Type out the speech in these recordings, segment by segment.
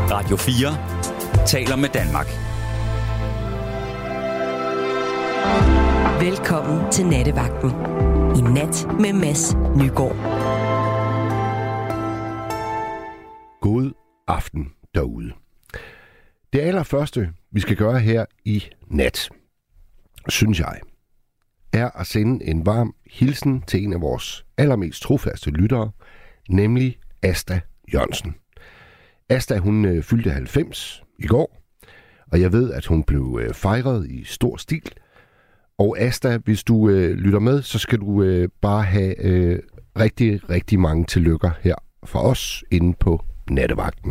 Radio 4 taler med Danmark. Velkommen til Nattevagten. I nat med Mads Nygaard. God aften derude. Det allerførste, vi skal gøre her i nat, synes jeg, er at sende en varm hilsen til en af vores allermest trofaste lyttere, nemlig Asta Jørgensen. Asta, hun fyldte 90 i går, og jeg ved, at hun blev fejret i stor stil. Og Asta, hvis du lytter med, så skal du bare have rigtig, rigtig mange tillykker her fra os inde på Nattevagten.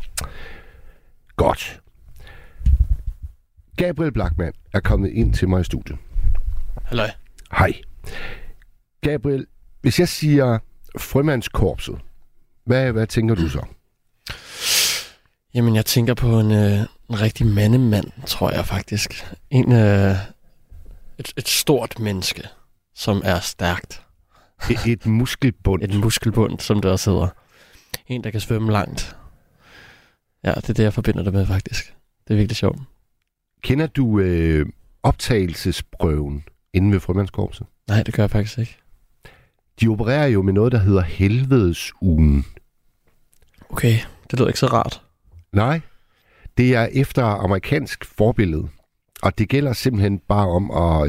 Godt. Gabriel Blachmann er kommet ind til mig i studiet. Halløj. Hej. Gabriel, hvis jeg siger Frømandskorpset, hvad tænker du så? Jamen, jeg tænker på en rigtig mandemand, tror jeg faktisk. Et stort menneske, som er stærkt. Et muskelbund. Et muskelbund, som det også hedder. En, der kan svømme langt. Ja, det er det, jeg forbinder det med, faktisk. Det er virkelig sjovt. Kender du optagelsesprøven inde ved Frømandskorpset? Nej, det gør jeg faktisk ikke. De opererer jo med noget, der hedder helvedesugen. Okay, det lyder ikke så rart. Nej, det er efter amerikansk forbillede. Og det gælder simpelthen bare om at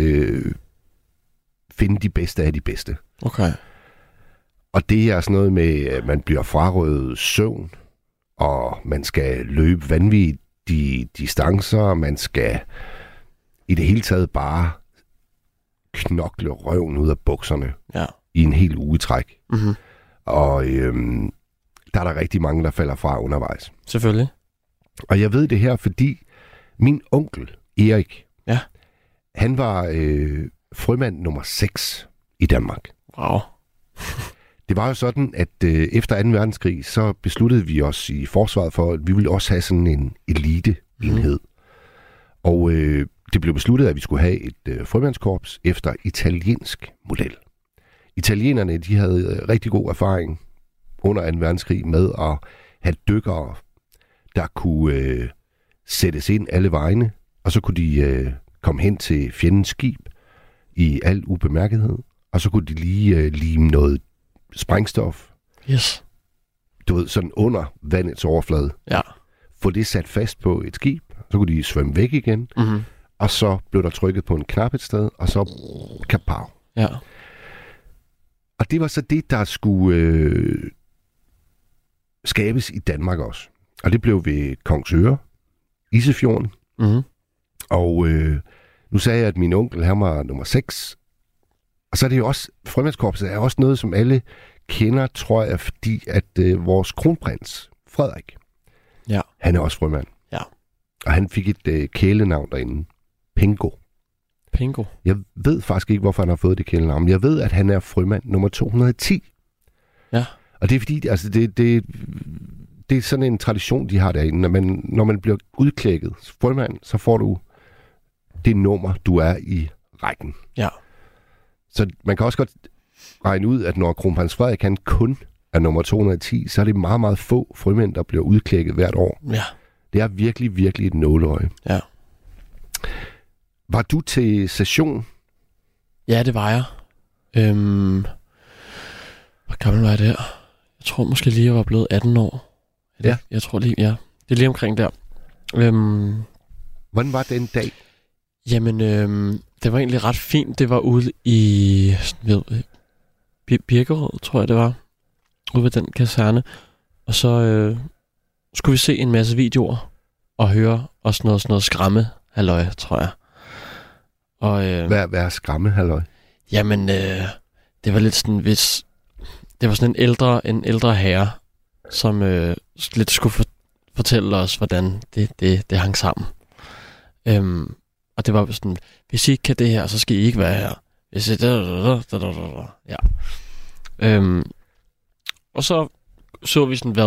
finde de bedste af de bedste. Okay. Og det er sådan noget med, at man bliver frarøvet søvn, og man skal løbe vanvittige distancer, man skal i det hele taget bare knokle røven ud af bukserne i en hel uge træk. Mm-hmm. Og der er der rigtig mange, der falder fra undervejs. Selvfølgelig. Og jeg ved det her, fordi min onkel, Erik, han var frømand nummer 6 i Danmark. Wow. Det var jo sådan, at efter 2. verdenskrig, så besluttede vi os i forsvaret for, at vi ville også have sådan en eliteenhed. Og det blev besluttet, at vi skulle have et frømandskorps efter italiensk model. Italienerne, de havde rigtig god erfaring under 2. verdenskrig med at have dykkere, der kunne sættes ind alle vegne, og så kunne de komme hen til fjendens skib i al ubemærkethed, og så kunne de lige lime noget sprængstof. Yes. Du ved, sådan under vandets overflade. Ja. Få det sat fast på et skib, så kunne de svømme væk igen, og så blev der trykket på en knap et sted, og så kapow. Ja. Og det var så det, der skulle skabes i Danmark også. Og det blev ved Kongsøre, Isefjorden. Mm-hmm. Og nu sagde jeg, at min onkel, han var nummer 6. Og så er det jo også, frømandskorpset er også noget, som alle kender, tror jeg, fordi at vores kronprins, Frederik, han er også frømand. Ja. Og han fik et kælenavn derinde. Pingo. Pingo? Jeg ved faktisk ikke, hvorfor han har fået det kælenavn. Jeg ved, at han er frømand nummer 210. Ja. Og det er fordi, altså det er sådan en tradition, de har derinde. Når man bliver udklækket frømand, så får du det nummer, du er i rækken. Ja. Så man kan også godt regne ud, at når kronprins Frederik han kun er nummer 210, så er det meget, meget få frømænd, der bliver udklækket hvert år. Ja. Det er virkelig, virkelig et nåleøje. Ja. Var du til session? Ja, det var jeg. Hvor gammel var jeg der? Jeg tror måske lige, jeg var blevet 18 år. Ja. Jeg tror lige, ja. Det er lige omkring der. Hvordan var den dag? Jamen, det var egentlig ret fint. Det var ude i Birkerød, tror jeg det var. Ude ved den kaserne. Og så skulle vi se en masse videoer og høre også noget skræmme halløj, tror jeg. Og, hvad er skræmme halløj? Jamen, det var lidt sådan, hvis det var sådan en ældre herre, som lidt skulle fortælle os, hvordan det hang sammen. Og det var sådan, hvis I ikke kan det her, så skal I ikke være her. Hvis I ja. Og så vi sådan,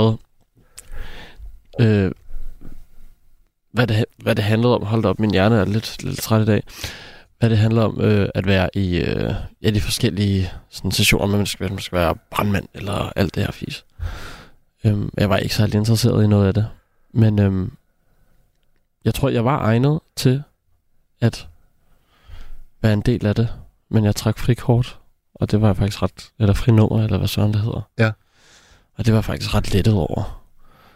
hvad det handlede om. Hold op, min hjerne er lidt træt i dag. Hvad det handler om at være i de forskellige sådan, sessioner, man skal være brandmand eller alt det her fis. Jeg var ikke særlig interesseret i noget af det. Men jeg tror, jeg var egnet til at være en del af det. Men jeg trak frikort, og det var jeg faktisk ret... Eller frinummer, eller hvad sådan det hedder. Ja. Og det var jeg faktisk ret lettet over.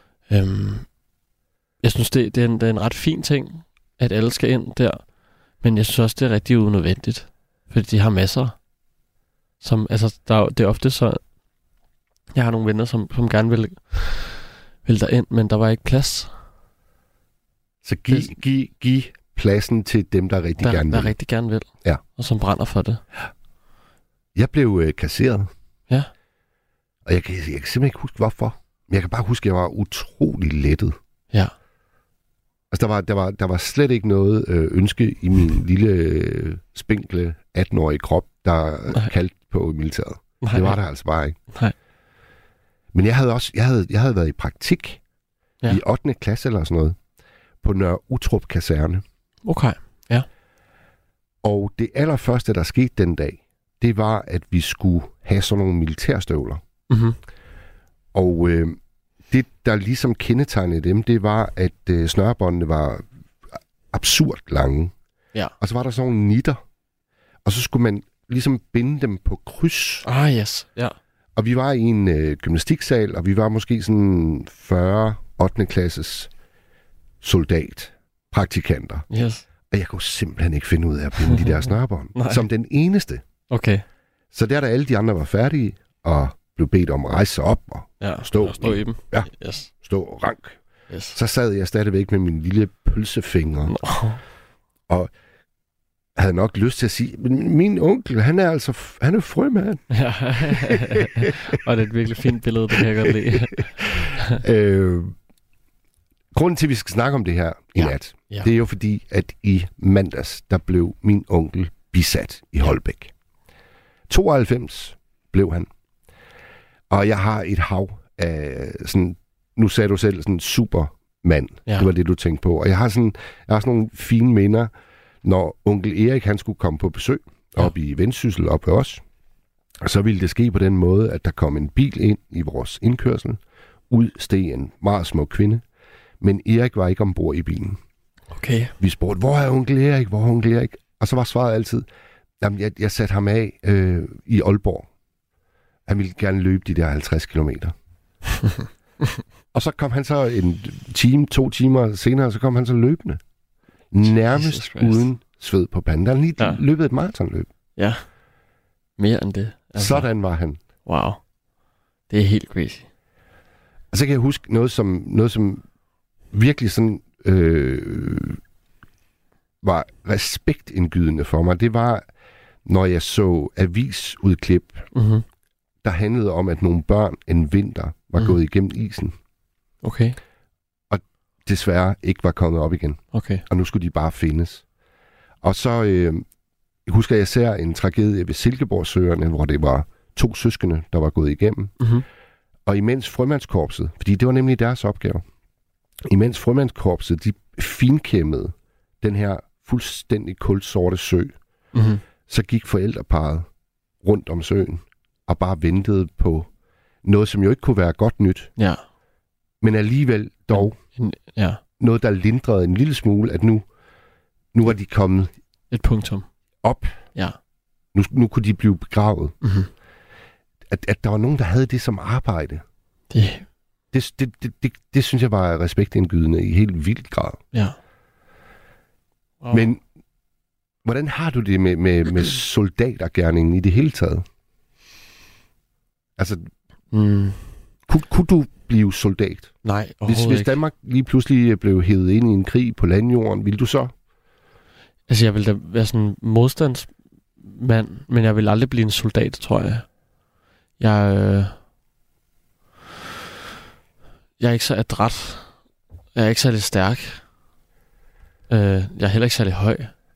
Jeg synes, det er en ret fin ting, at alle skal ind der. Men jeg synes også, det er rigtig unødvendigt. Fordi de har masser. Som, altså, det er ofte så... Jeg har nogle venner, som gerne vil derind, men der var ikke plads. Så giv pladsen til dem, der rigtig gerne vil. Der rigtig gerne vil. Ja. Og som brænder for det. Jeg blev kasseret. Ja. Og jeg kan simpelthen ikke huske, hvorfor. Men jeg kan bare huske, at jeg var utrolig lettet. Ja. Altså, der var slet ikke noget ønske i min lille, spinkle 18-årige krop, der kaldte på militæret. Nej. Det var der altså bare ikke. Nej. Men jeg havde været i praktik i 8. klasse eller sådan noget, på Nørre Utrup Kaserne. Okay, ja. Og det allerførste, der skete den dag, det var, at vi skulle have sådan nogle militærstøvler. Mm-hmm. Og det, der ligesom kendetegnede dem, det var, at snørebåndene var absurd lange. Ja. Og så var der sådan nogle nitter. Og så skulle man ligesom binde dem på kryds. Ah, yes. Ja. Og vi var i en gymnastiksal, og vi var måske sådan 40 8. klasses praktikanter. Yes. Og jeg kunne simpelthen ikke finde ud af at binde de der snørebånd. Som den eneste. Okay. Så der alle de andre var færdige, og blev bedt om at rejse sig op og stå i dem. Ja, yes. Stå rank. Yes. Så sad jeg stadigvæk med mine lille pølsefingre. Og havde nok lyst til at sige, men min onkel, han er frømand. Ja, og det er et virkelig fint billede, det kan jeg godt lide. Grunden til, at vi skal snakke om det her i nat, det er jo fordi, at i mandags, der blev min onkel bisat i Holbæk. 92 blev han. Og jeg har et hav af sådan, nu sagde du selv, sådan supermand. Ja. Det var det, du tænkte på. Og jeg har sådan nogle fine minder, når onkel Erik, han skulle komme på besøg op i Vendsyssel, op ved os. Og så ville det ske på den måde, at der kom en bil ind i vores indkørsel. Ud steg en meget smuk kvinde. Men Erik var ikke ombord i bilen. Okay. Vi spurgte, hvor er onkel Erik? Hvor er onkel Erik? Og så var svaret altid, jamen, jeg satte ham af i Aalborg. Han ville gerne løbe de der 50 kilometer. Og så kom han så 2 timer senere, så kom han så løbende. Nærmest uden sved på panden. Der lige løbet et maratonløb. Ja. Mere end det. Altså. Sådan var han. Wow. Det er helt crazy. Og så kan jeg huske noget, som virkelig sådan var respektindgydende for mig. Det var, når jeg så avisudklip, der handlede om, at nogle børn en vinter var gået igennem isen. Okay. Og desværre ikke var kommet op igen. Okay. Og nu skulle de bare findes. Og så husker jeg ser en tragedie ved Silkeborgsøerne, hvor det var 2 søskende, der var gået igennem. Mm-hmm. Og imens frømandskorpset, fordi det var nemlig deres opgave, imens frømandskorpset, de finkæmmede den her fuldstændig kulsorte sø, så gik forældreparret rundt om søen og bare ventede på noget, som jo ikke kunne være godt nyt. Ja. Men alligevel dog noget, der lindrede en lille smule, at nu var de kommet et punktum op. Ja. Nu kunne de blive begravet. Mm-hmm. At der var nogen, der havde det som arbejde. Det synes jeg var respektindgydende i helt vildt grad. Ja. Wow. Men hvordan har du det med soldatergerningen i det hele taget? Altså, kunne du blive soldat? Nej, hvis Danmark lige pludselig blev hævet ind i en krig på landjorden, ville du så? Altså, jeg ville da være sådan en modstandsmand, men jeg ville aldrig blive en soldat, tror jeg. Jeg er ikke så adræt. Jeg er ikke særlig stærk. Jeg er heller ikke særlig høj.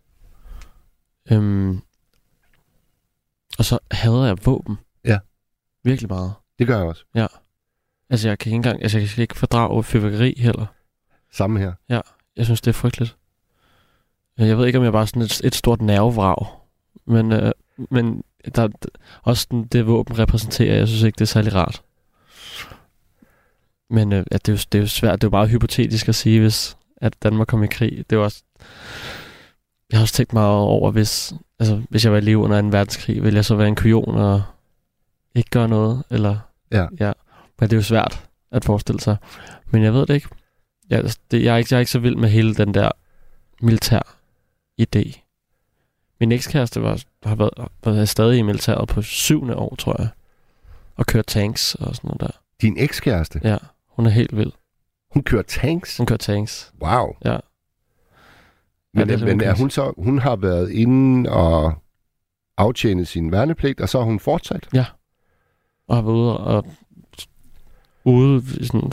Og så hader jeg våben. Ja. Virkelig meget. Det gør jeg også. Ja. Altså, jeg kan ikke fordrage fyrværkeri heller. Samme her. Ja, jeg synes, det er frygteligt. Jeg ved ikke, om jeg bare er sådan et stort nervevrag. Men også det våben repræsenterer, jeg synes ikke, det er særlig rart. Men det er jo svært. Det er jo meget hypotetisk at sige, hvis at Danmark kom i krig. Det er også... Jeg har også tænkt meget over, hvis jeg var i live under en verdenskrig, ville jeg så være en kujon og ikke gøre noget? Eller... Ja. Men det er jo svært at forestille sig. Men jeg ved det ikke. Jeg er ikke så vild med hele den der militær idé. Min ekskæreste har været stadig i militæret på 7. år, tror jeg. Og kører tanks og sådan noget der. Din ekskæreste? Ja, hun er helt vild. Hun kører tanks? Hun kører tanks. Wow. Ja. Men er hun så... Hun har været inde og aftjene sin værnepligt, og så har hun fortsat? Ja. Og har været ude sådan...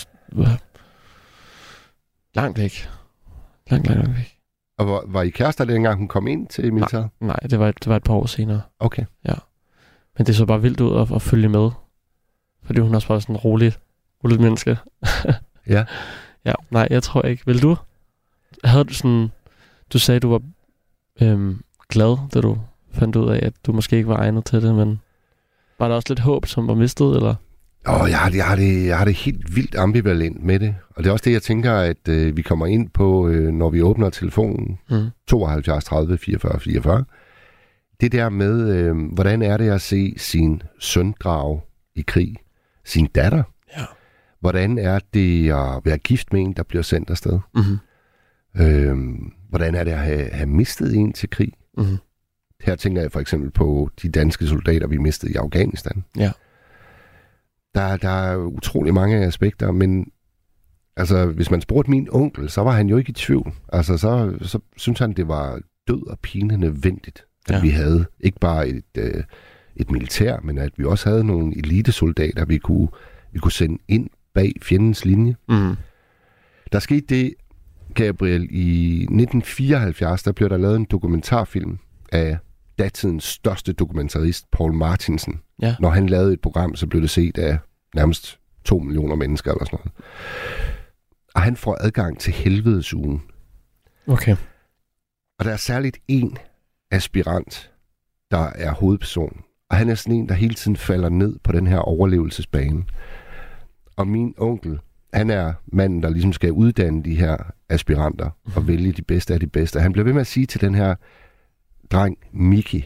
Langt væk. Langt væk. Og var I kærester dengang, hun kom ind til militæret? Nej, det var et par år senere. Okay. Ja. Men det så bare vildt ud at følge med. Fordi hun også var sådan en roligt menneske. Ja. Ja, nej, jeg tror ikke. Vil du? Havde du sådan... Du sagde, du var glad, da du fandt ud af, at du måske ikke var egnet til det, men var der også lidt håb, som var mistet, eller? Jeg har det helt vildt ambivalent med det. Og det er også det, jeg tænker, at vi kommer ind på, når vi åbner telefonen 72 30 44 44. Det der med, hvordan er det at se sin søn drage i krig? Sin datter? Ja. Hvordan er det at være gift med en, der bliver sendt afsted? Hvordan er det at have mistet en til krig? Her tænker jeg for eksempel på de danske soldater, vi mistede i Afghanistan. Ja. Der er utrolig mange aspekter, men altså, hvis man spurgte min onkel, så var han jo ikke i tvivl. Altså, så synes han, det var død og pine nødvendigt, at vi havde ikke bare et militær, men at vi også havde nogle elitesoldater, vi kunne sende ind bag fjendens linje. Der skete det, Gabriel, i 1974, der blev der lavet en dokumentarfilm af datidens største dokumentarist, Poul Martinsen. Ja. Når han lavede et program, så blev det set af nærmest 2 millioner mennesker eller sådan noget. Og han får adgang til helvedesugen. Okay. Og der er særligt en aspirant, der er hovedperson. Og han er sådan en, der hele tiden falder ned på den her overlevelsesbane. Og min onkel, han er manden, der ligesom skal uddanne de her aspiranter og vælge de bedste af de bedste. Han bliver ved med at sige til den her dreng, Miki,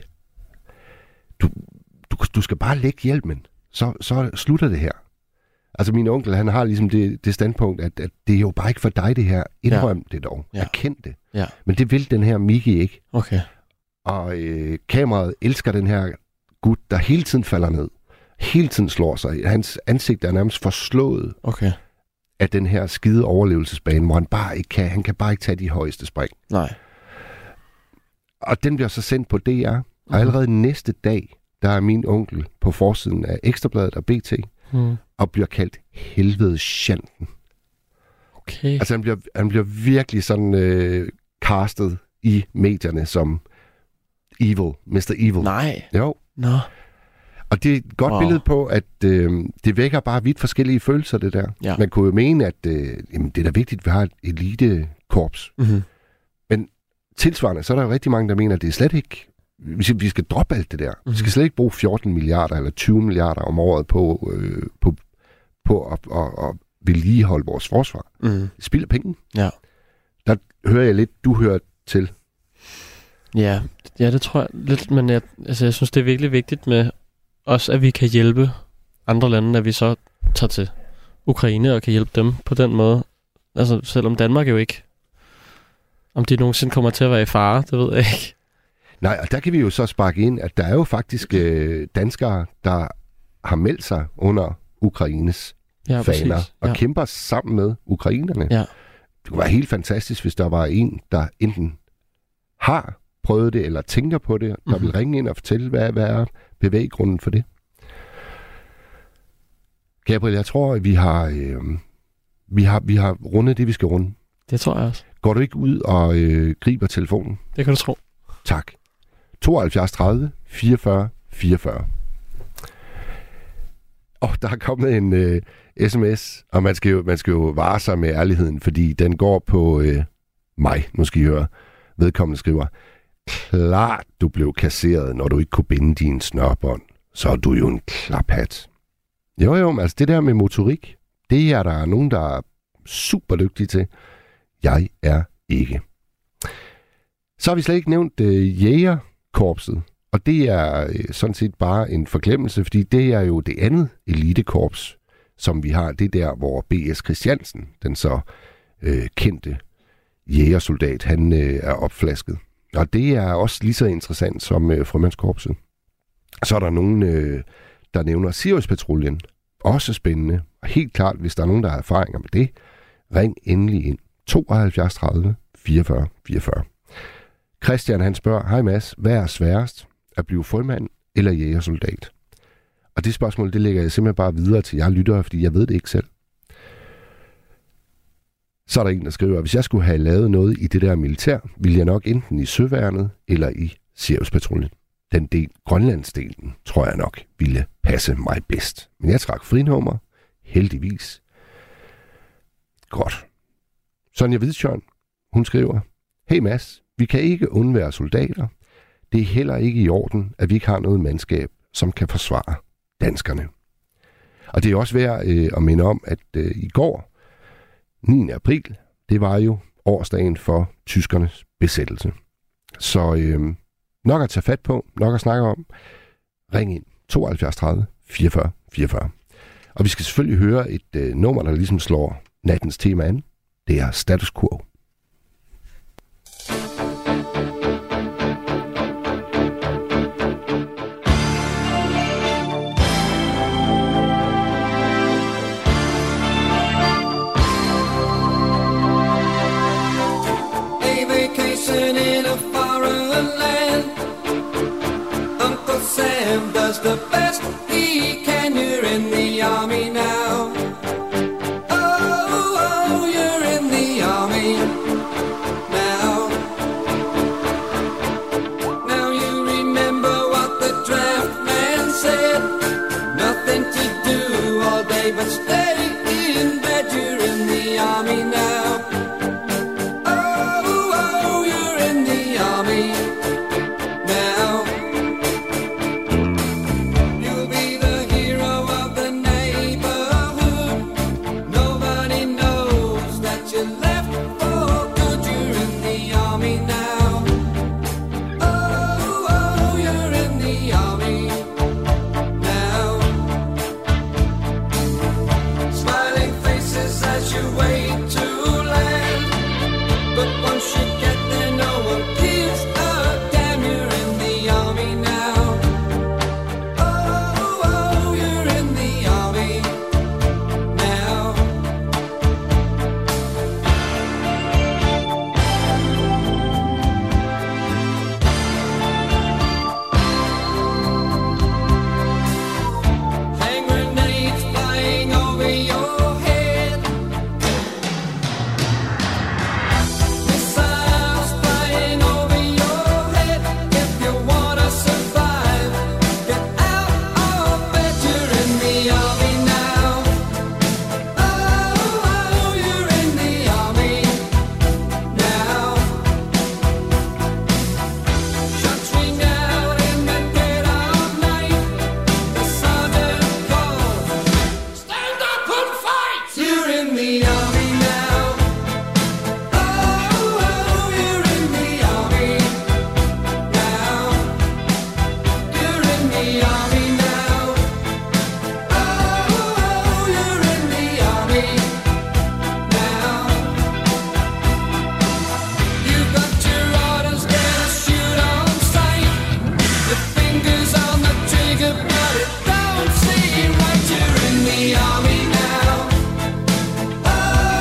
du skal bare lægge hjelmen, så slutter det her. Altså min onkel, han har ligesom det standpunkt, at det er jo bare ikke for dig det her. Indrøm det dog. Erkend det. Ja. Men det vil den her Miki ikke. Okay. Og kameraet elsker den her gut, der hele tiden falder ned. Hele tiden slår sig. Hans ansigt er nærmest forslået af den her skide overlevelsesbane, hvor han bare ikke kan. Han kan bare ikke tage de højeste spring. Nej. Og den bliver så sendt på DR. Og allerede næste dag, der er min onkel på forsiden af Ekstrabladet og BT, og bliver kaldt helvedesjanten. Okay. Altså han bliver virkelig sådan castet i medierne som evil, Mr. Evil. Nej. Jo. Nå. Og det er et godt billede på, at det vækker bare vidt forskellige følelser, det der. Ja. Man kunne jo mene, at det er da vigtigt, at vi har et elitekorps. Men tilsvarende, så er der jo rigtig mange, der mener, at det er slet ikke... Vi skal droppe alt det der. Vi skal slet ikke bruge 14 milliarder eller 20 milliarder om året på at vedligeholde vores forsvar. Spilder penge. Ja. Der hører jeg lidt, du hører til. Ja, det tror jeg lidt, men jeg synes, det er virkelig vigtigt med også, at vi kan hjælpe andre lande, at vi så tager til Ukraine og kan hjælpe dem på den måde. Altså, selvom Danmark jo ikke, om de nogensinde kommer til at være i fare, det ved jeg ikke. Nej, og der kan vi jo så sparke ind, at der er jo faktisk danskere, der har meldt sig under Ukraines faner og kæmper sammen med ukrainerne. Ja. Det kunne være helt fantastisk, hvis der var en, der enten har prøvet det, eller tænker på det, der vil ringe ind og fortælle, hvad er bevæggrunden for det. Gabriel, jeg tror, at vi har rundet det, vi skal runde. Det tror jeg også. Går du ikke ud og griber telefonen? Det kan du tro. Tak. 72 30 44 44. Der er kommet en sms, og man skal jo vare sig med ærligheden, fordi den går på mig. Nu skal I høre. Vedkommende skriver: klart, du blev kasseret, når du ikke kunne binde din snørbånd. Så er du jo en klaphat. Jo, men altså det der med motorik, Det er der nogen, der er super dygtige til. Jeg er ikke. Så har vi slet ikke nævnt jægerkorpset. Og det er sådan set bare en forglemmelse, fordi det er jo det andet elitekorps, som vi har. Det er der, hvor B.S. Christiansen, den så kendte jægersoldat, han er opflasket. Og det er også lige så interessant som frømandskorpset. Så er der nogen, der nævner Sirius-patruljen. Også spændende. Og helt klart, hvis der er nogen, der har erfaringer med det, ring endelig ind. 72 30 44 44. Christian, han spørger, hej Mads, hvad er sværest? At blive frømand eller jægersoldat? Og det spørgsmål, det lægger jeg simpelthen bare videre til jer lyttere, fordi jeg ved det ikke selv. Så er der en, der skriver, at hvis jeg skulle have lavet noget i det der militær, ville jeg nok enten i Søværnet eller i Sirius-patruljen. Den del, Grønlandsdelen, tror jeg nok ville passe mig bedst. Men jeg trak frinummer, heldigvis. Godt. Sonja Hvidtjørn, hun skriver, hey Mads, vi kan ikke undvære soldater. Det er heller ikke i orden, at vi ikke har noget mandskab, som kan forsvare danskerne. Og det er også værd at minde om, at i går, 9. april, det var jo årsdagen for tyskernes besættelse. Så nok at tage fat på, nok at snakke om. Ring ind 72 30 44 44. Og vi skal selvfølgelig høre et nummer, der ligesom slår nattens tema an. Det er Status Quo. The best he can, you're in the army now. Oh, you're in the army now. Now you remember what the draft man said. Nothing to do all day but stay in bed. You're in the army now. Oh, you're in the army now. But it don't seem right, you're in the army now. Oh,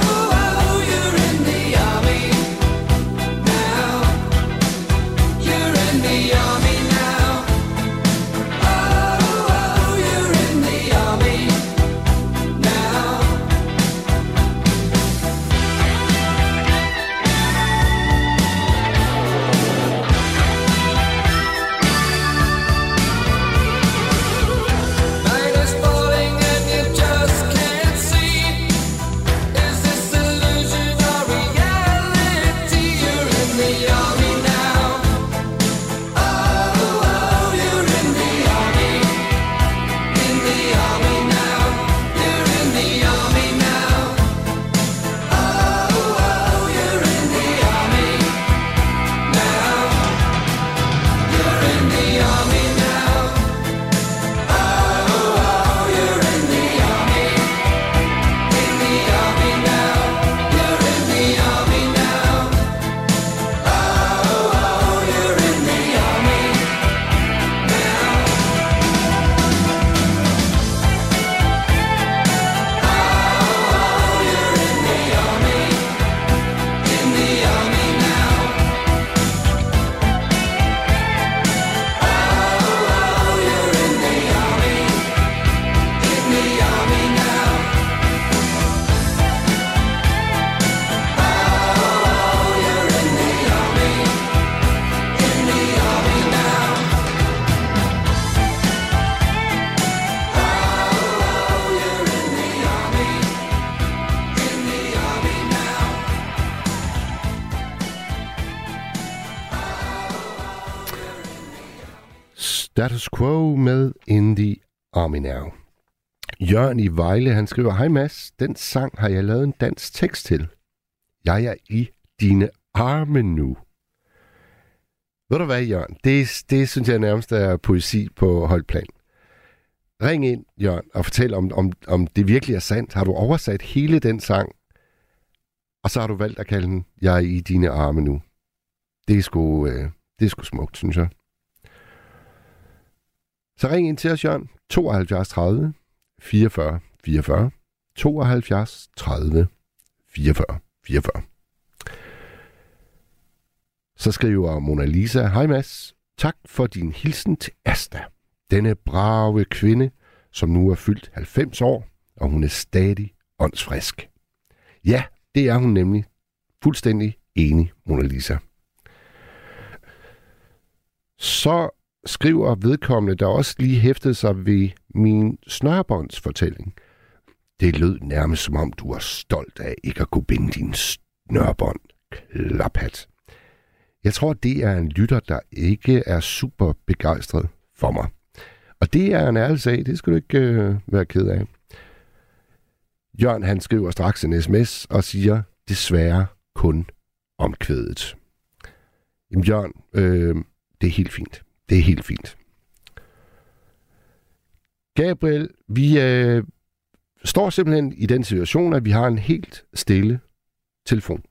Status Quo med In the Army Now. Jørgen i Vejle, han skriver, hej Mads, den sang har jeg lavet en dansk tekst til. Jeg er i dine arme nu. Ved du hvad, Jørgen? Det synes jeg nærmest er poesi på højt plan. Ring ind, Jørgen, og fortæl, om det virkelig er sandt. Har du oversat hele den sang, og så har du valgt at kalde den, jeg er i dine arme nu. Det er sgu smukt, synes jeg. Så ring ind til os, Jørgen. 72 30 44 44. 72 30 44 44. Så skriver Mona Lisa, hej Mads, tak for din hilsen til Asta. Denne brave kvinde, som nu er fyldt 90 år, og hun er stadig åndsfrisk. Ja, det er hun nemlig. Fuldstændig enig, Mona Lisa. Så skriver vedkommende, der også lige hæftede sig ved min snørbåndsfortælling. Det lød nærmest som om, du er stolt af ikke at kunne binde din snørbånd. Klaphat. Jeg tror, det er en lytter, der ikke er super begejstret for mig. Og det er en ærlig sag, det skal du ikke være ked af. Jørgen, han skriver straks en sms og siger, desværre kun omkvædet. Jamen Jørgen, det er helt fint. Det er helt fint. Gabriel, vi står simpelthen i den situation, at vi har en helt stille telefon.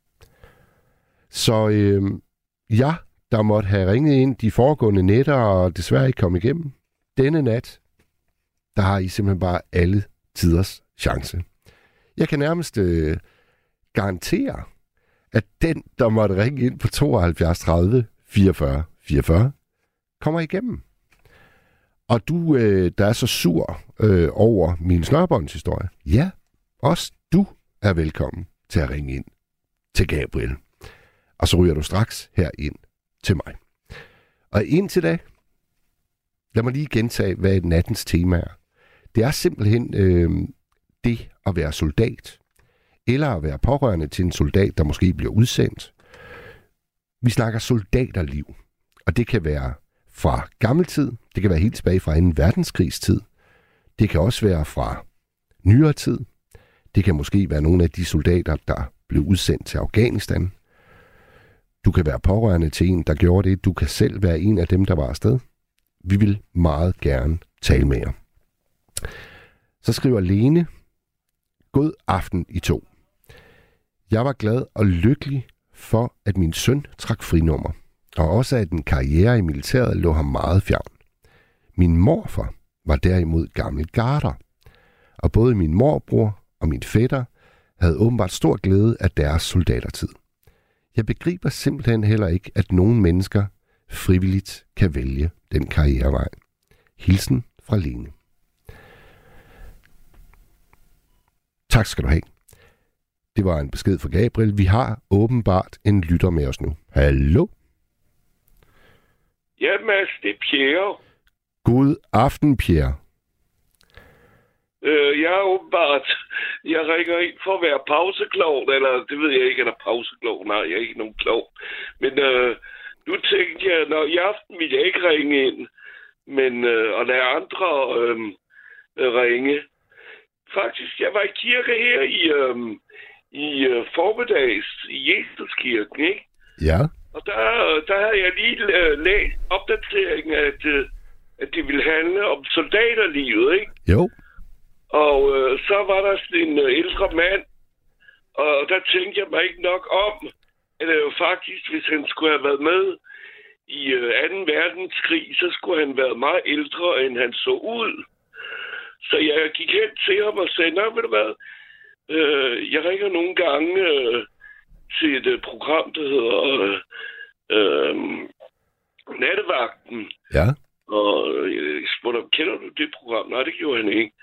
Så jeg, der måtte have ringet ind de foregående nætter og desværre ikke komme igennem, denne nat, der har I simpelthen bare alle tiders chance. Jeg kan nærmest garantere, at den, der måtte ringe ind på 72 30 44 44, kommer igennem. Og du, der er så sur over min snørbåndshistorie, ja, også du er velkommen til at ringe ind til Gabriel. Og så ryger du straks her ind til mig. Og indtil da, lad mig lige gentage, hvad nattens tema er. Det er simpelthen det at være soldat, eller at være pårørende til en soldat, der måske bliver udsendt. Vi snakker soldaterliv, og det kan være fra gammel tid, det kan være helt tilbage fra 2. verdenskrigstid, det kan også være fra nyere tid, det kan måske være nogle af de soldater, der blev udsendt til Afghanistan. Du kan være pårørende til en, der gjorde det. Du kan selv være en af dem, der var afsted. Vi vil meget gerne tale med jer. Så skriver Lene, god aften I to. Jeg var glad og lykkelig for, at min søn trak frinummer, og også at en karriere i militæret lå ham meget fjern. Min morfar var derimod gammel garder, og både min morbror og min fætter havde åbenbart stor glæde af deres soldatertid. Jeg begriber simpelthen heller ikke, at nogle mennesker frivilligt kan vælge den karrierevej. Hilsen fra Lene. Tak skal du have. Det var en besked fra Gabriel. Vi har åbenbart en lytter med os nu. Hallo? Ja, Mads, det er Pierre. God aften, Pierre. Jeg er åbenbart... Jeg ringer ind for at være pauseklovn, eller det ved jeg ikke, er der pauseklovn? Nej, jeg er ikke nogen klovn. Men nu tænkte jeg, når i aften vil jeg ikke ringe ind, men at lade andre ringe. Faktisk, jeg var i kirke her i formiddags i Jesuskirken, ikke? Ja. Og der havde jeg lige læst opdateringen, at det ville handle om soldaterlivet, ikke? Jo. Og så var der sådan en ældre mand, og der tænkte jeg mig ikke nok om, at faktisk, hvis han skulle have været med i 2. verdenskrig, så skulle han være meget ældre, end han så ud. Så jeg gik hen til ham og sagde, ved du hvad, jeg ringer nogle gange til et program, der hedder Nattevagten. Ja. Og jeg spurgte ham, kender du det program? Nej, det gjorde han ikke.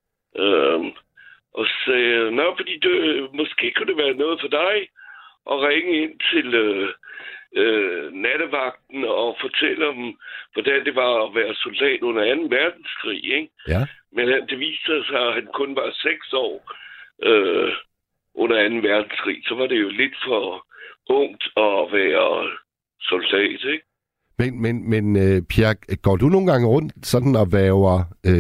Og sagde, fordi måske kunne det være noget for dig at ringe ind til Nattevagten og fortælle om, hvordan det var at være soldat under 2. verdenskrig, ikke? Ja. Men det viste sig, at han kun var 6 år under 2. verdenskrig. Så var det jo lidt for ungt at være soldat, ikke? Men Pierre, går du nogle gange rundt sådan og væver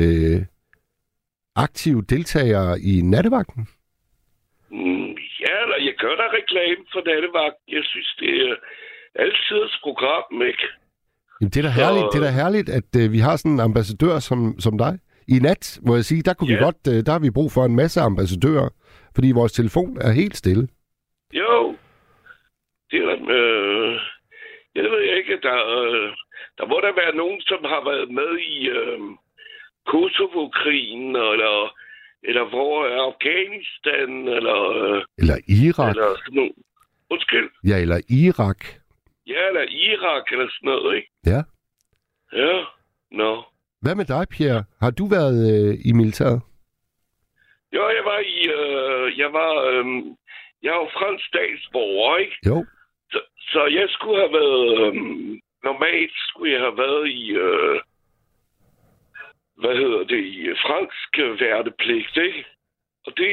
aktive deltagere i nattevagten? Ja, eller jeg gør der reklame for nattevagten. Jeg synes, det er altid et program, ikke? Jamen, det er da herligt, det er da herligt, at vi har sådan en ambassadør som dig. I nat, må jeg sige, der kunne vi godt, der har vi brug for en masse ambassadører, fordi vores telefon er helt stille. Jo, det er jeg ved ikke, der må der være nogen, som har været med i Kosovo-krigen, eller hvor er Afghanistan, eller Irak. Eller sådan noget. Undskyld. Ja, eller Irak. Ja, eller Irak, eller sådan noget, ikke? Ja. Ja, nå. Hvad med dig, Pierre? Har du været i militæret? Jo, jeg er jo fransk statsborger, ikke? Jo. Så jeg skulle have været... normalt skulle jeg have været i... i fransk værnepligt, ikke? Og det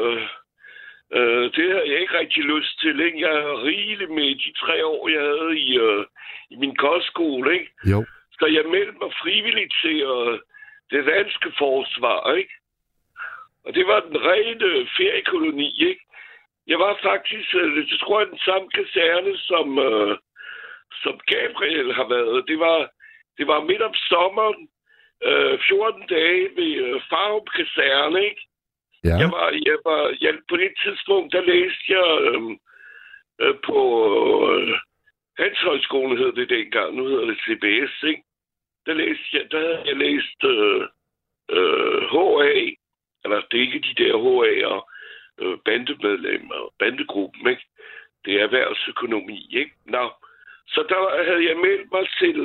havde jeg ikke rigtig lyst til, ikke? Jeg havde rigeligt med de 3 år, jeg havde i min kostskole, ikke? Jo. Så jeg meldte mig frivilligt til det danske forsvar, ikke? Og det var den rene feriekoloni, ikke? Jeg var faktisk, det tror jeg, den samme kaserne, som Gabriel har været. Det var midt om sommeren, 14 dage ved Farum Kaserne, ikke? Ja. På det tidspunkt, der læste jeg på Handelshøjskolen, hed det dengang. Nu hedder det CBS, ikke? Der havde jeg læst HA, eller det er ikke de der HA'er, bandemedlemmer, bandegruppen, ikke? Det er erhvervsøkonomi, ikke? Nå, så der havde jeg meldt mig til,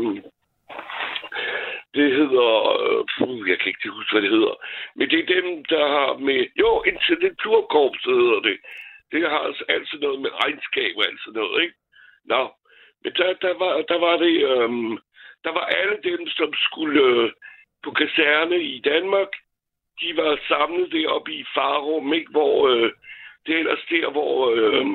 det hedder, jeg kan ikke huske, hvad det hedder, men det er dem, der har med, Intendenturkorpset hedder det. Det har altså altid noget med regnskab og alt sådan noget, ikke? Nå, men der var alle dem, som skulle på kaserne i Danmark. De var samlet deroppe i Farum, ikke? Hvor det er ellers der, hvor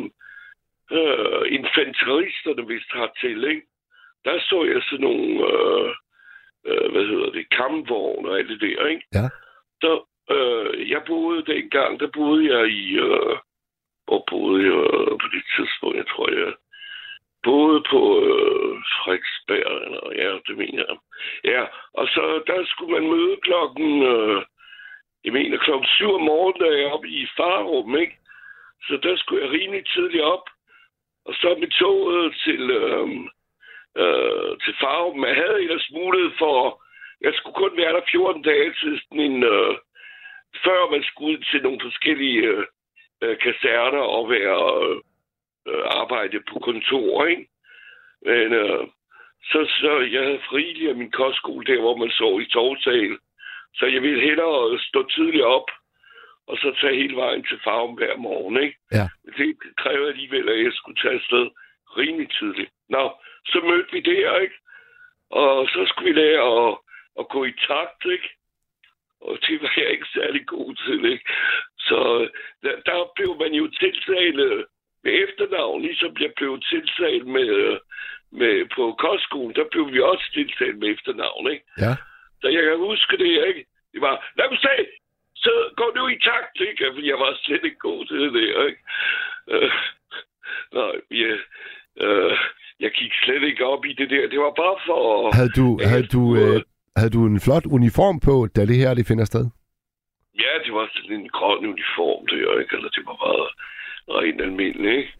infanteristerne vist har til, ikke? Der så jeg sådan nogle, kampvogne og alt det der, ikke? Ja. Så jeg boede dengang, der boede jeg i, hvor boede jeg på det tidspunkt, jeg tror jeg boede på Frederiksberg, eller ja, det mener jeg. Ja, og så der skulle man møde klokken 7 om morgenen, der er jeg oppe i Farum, ikke? Så der skulle jeg rimelig tidligt op, og så med toget til Farum. Jeg havde ellers mulighed for, jeg skulle kun være der 14 dage til sådan en, før man skulle ud til nogle forskellige kaserner og være arbejde på kontor, ikke? Men så jeg havde frilig af min kostskole der, hvor man sov i togsal. Så jeg ville hellere stå tidligt op, og så tage hele vejen til Farum hver morgen, ikke? Ja. Men det kræver alligevel, at jeg skulle tage afsted rimelig tidligt. Nå, så mødte vi der, ikke? Og så skulle vi lære at gå i takt, ikke? Og det var jeg ikke særlig god til, ikke? Så der blev man jo tiltalt med efternavn, ligesom jeg blev tiltalt med på kostskolen, der blev vi også tiltalt med efternavn, ikke? Ja. Så jeg kan huske det, ikke? Det var, lad mig se, så går du i takt, ikke? For jeg var slet ikke god til det der, ikke? Jeg gik slet ikke op i det der. Det var bare for... Havde du en flot uniform på, da det her det finder sted? Ja, det var sådan en grøn uniform, det jo, ikke? Eller det var bare rent almindelig, ikke?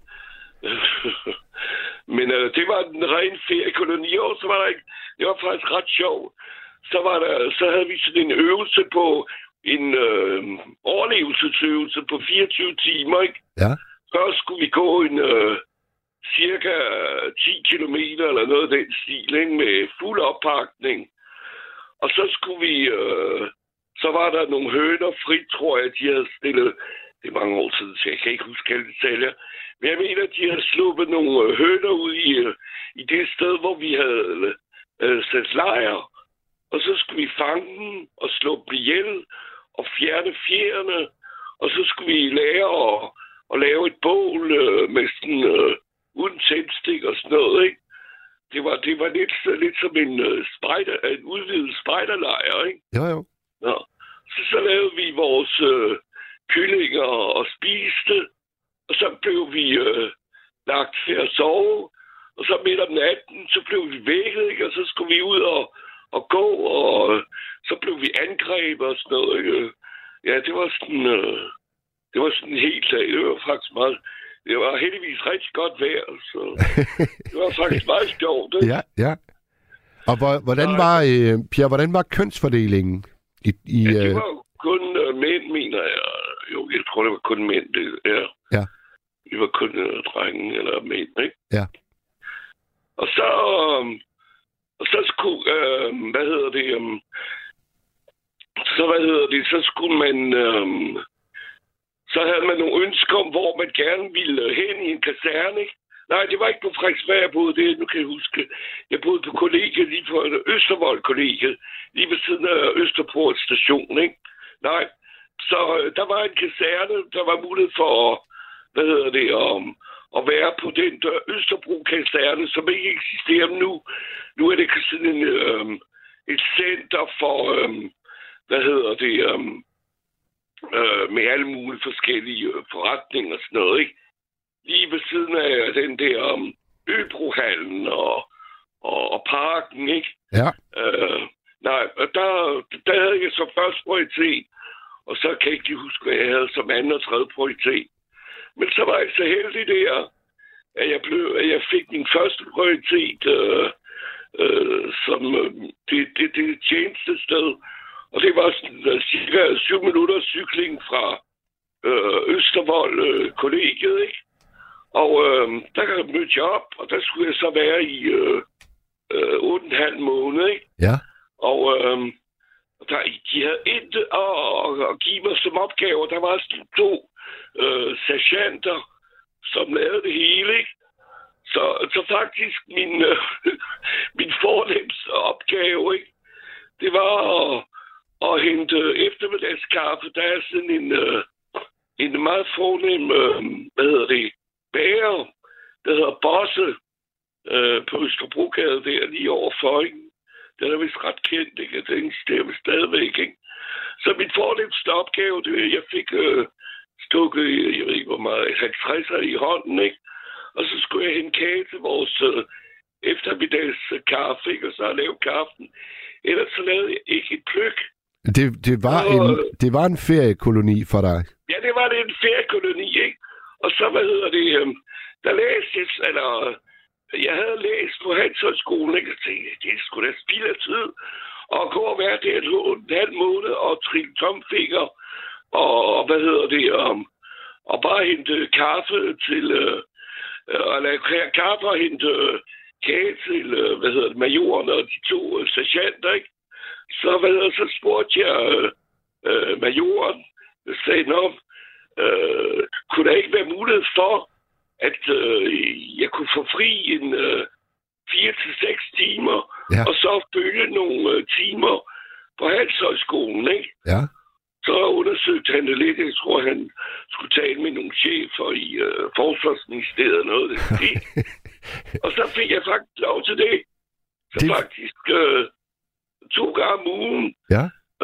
Men det var den rene feriekoloni, og så var der ikke... Det var faktisk ret sjovt. Så havde vi sådan en øvelse på en overlevelsesøvelse på 24 timer, ikke? Ja. Først skulle vi gå en cirka 10 kilometer eller noget af den stil, ikke? Med fuld oppakning. Og så skulle vi... så var der nogle høner frit, tror jeg, de havde stillet... Det er mange år siden, så jeg kan ikke huske alle detaljer. Men jeg mener, de havde sluppet nogle høner ud i det sted, hvor vi havde sat lejr. Og så skulle vi fange dem og slå dem ihjel og fjerne fjerne. Og så skulle vi lære at lave et bål med sådan uden tændstik og sådan noget, ikke? det var lidt som en udvidet spejderlejr, ikke? Jo. Ja. Så lavede vi vores kyllinger og spiste, og så blev vi lagt til at sove, og så midt om natten, så blev vi vækket, ikke? Og så skulle vi ud og gå, og så blev vi angrebet og sådan noget, ikke? Ja, det var sådan en helt dag. Det var faktisk meget... Det var heldigvis rigtig godt vejr, så det var faktisk meget sjovt. Ikke? Ja. Og hvordan var kønsfordelingen? Det var jo kun mænd, mener jeg. Jo, jeg tror, det var kun mænd. Ja. Det var kun drenge eller mænd, ikke? Ja. Og så skulle, så skulle man... Så havde man nogle ønsker om, hvor man gerne ville hen i en kaserne, ikke? Nej, det var ikke på Frederiksberg, jeg boede det. Nu kan jeg huske. Jeg boede på kollegiet lige på Østervold-kollegiet. Lige ved siden af Østerport station, ikke? Nej, så der var en kaserne, der var mulighed for at være på den der Østerbro-kaserne, som ikke eksisterer nu. Nu er det sådan et center for, med alle mulige forskellige forretninger og sådan noget, ikke? Lige ved siden af den der Øbrohallen og parken, ikke? Ja. Der havde jeg så først prioritet, og så kan jeg ikke lige huske, hvad jeg havde som anden og tredje prioritet. Men så var jeg så heldig der, at jeg fik min første prioritet som det tjeneste sted. Og det var sådan, cirka 7 minutter cykling fra Østervold kollegiet, ikke? Og der mødte jeg op, og der skulle jeg så være i 8,5 måneder, ikke? Ja. Og de havde intet at give mig som opgave. Der var sådan 2 sergeanter, som lavede det hele, ikke? Så faktisk min fornemmeste opgave, ikke? Det var at hente eftermiddagskaffe. Der er sådan en meget fornem, bager, der hedder Bosse, på Østerbrogade der, lige overfor, ikke? Den er vist ret kendt, ikke? Den stemmer stadigvæk, ikke? Så min fornemmeste opgave, det jeg fik stukket, jeg ved ikke hvor meget, 50'er i hånden, ikke? Og så skulle jeg hente kage til vores eftermiddagskaffe, ikke? Og så lave kaffen. Ellers så lavede jeg ikke et pløk. Det var en feriekoloni for dig? Ja, det var en feriekoloni, ikke? Og så, der læste jeg havde læst på Handelshøjskolen, ikke? Og tænkte, det skulle da spild af tid. Og gå og være der 8,5 måneder og trille tomfinger. Og og bare hente kaffe til... og lave kaffe og hente kage til, majoren og de 2 sergeanter, ikke? Så spurgte jeg majoren, sagde, kunne der ikke være mulighed for, at jeg kunne få fri en 4 til 6 timer, ja. Og så følge nogle timer på Handelshøjskolen, ikke? Ja. Så undersøgte han det lidt. Jeg tror, han skulle tale med nogle chefer i Forsvarsministeriet og noget af det. Og så fik jeg faktisk lov til det. Så faktisk 2 gange om ugen. Ja.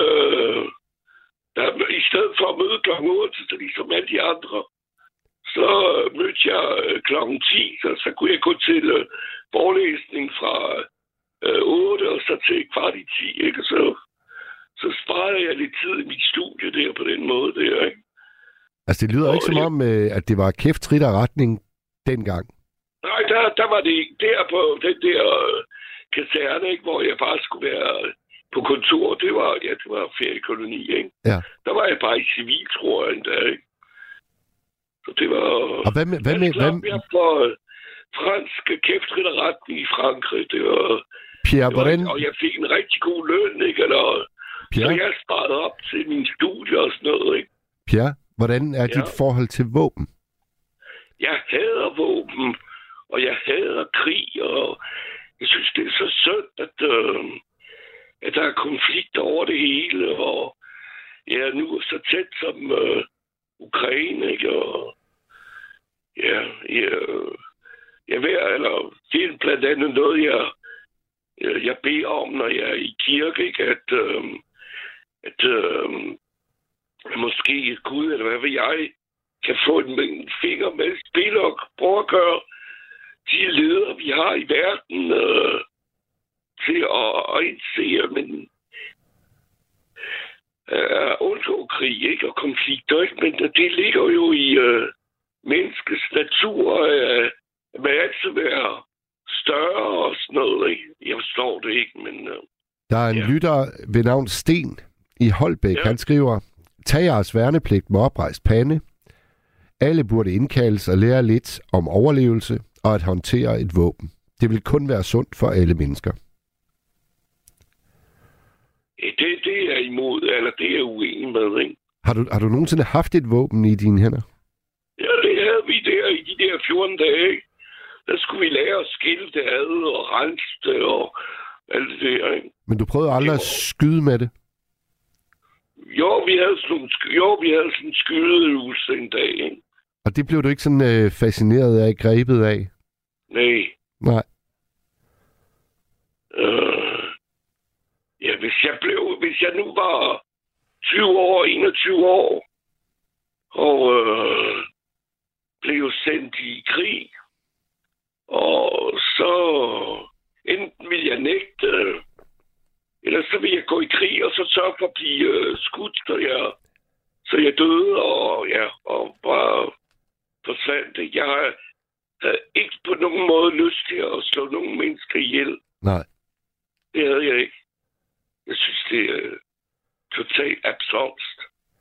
I stedet for at møde kl. 8, så ligesom alle de andre, så mødte jeg kl. 10, så kunne jeg gå til forelæsning fra 8 og så til 9:15, ikke? Så sparede jeg lidt tid i mit studie der på den måde der, ikke? Altså, det lyder ikke som om, at det var kæftrit af retning dengang. Nej, der var det ikke. Der på den der kaserne, ikke, hvor jeg bare skulle være på kontor, det var feriekoloni, ikke? Ja. Der var jeg bare i civil, tror jeg endda, ikke? Så det var... Og hvad Jeg for fransk kæftritterretning i Frankrig, det var... Pierre, hvordan... Og jeg fik en rigtig god løn, ikke? Så jeg sparede op til min studie og sådan noget, ikke? Pierre, hvordan er dit forhold til våben? Jeg hader våben, og jeg hader krig, og jeg synes, det er så synd, at der er konflikter over det hele, og jeg er nu så tæt som Ukraine, ikke? Og det er blandt andet noget, jeg beder om, når jeg er i kirke, ikke? At måske Gud, eller hvad ved jeg, kan få en finger med i spil og prøve at gøre de ledere, vi har i verden, til at indse, men undgå krig, ikke? Og konflikter, ikke? Men det ligger jo i menneskets natur, at man altid være større og sådan noget, ikke? Jeg forstår det ikke, men... Der er en lytter ved navn Sten i Holbæk. Han skriver, tag jeres værnepligt med oprejst pande. Alle burde indkaldes og lære lidt om overlevelse og at håndtere et våben. Det vil kun være sundt for alle mennesker. Det er imod, eller det er jeg uenig med, ikke? Har du nogensinde haft et våben i dine hænder? Ja, det havde vi der i de der 14 dage, ikke? Der skulle vi lære at skille det ad og rense det og alt det der, ikke? Men du prøvede aldrig at skyde med det? Jo, vi havde sådan en skydeøvelse en dag, ikke? Og det blev du ikke sådan fascineret af, grebet af? Nej. Ja, hvis jeg nu var 21 år, og blev sendt i krig, og så enten ville jeg nægte, eller så ville jeg gå i krig, og så sørge for at blive skudt, så jeg døde, og bare forsvandt. Jeg havde ikke på nogen måde lyst til at slå nogen mennesker ihjel. Nej. Det havde jeg ikke. Jeg synes, det er totalt absurd.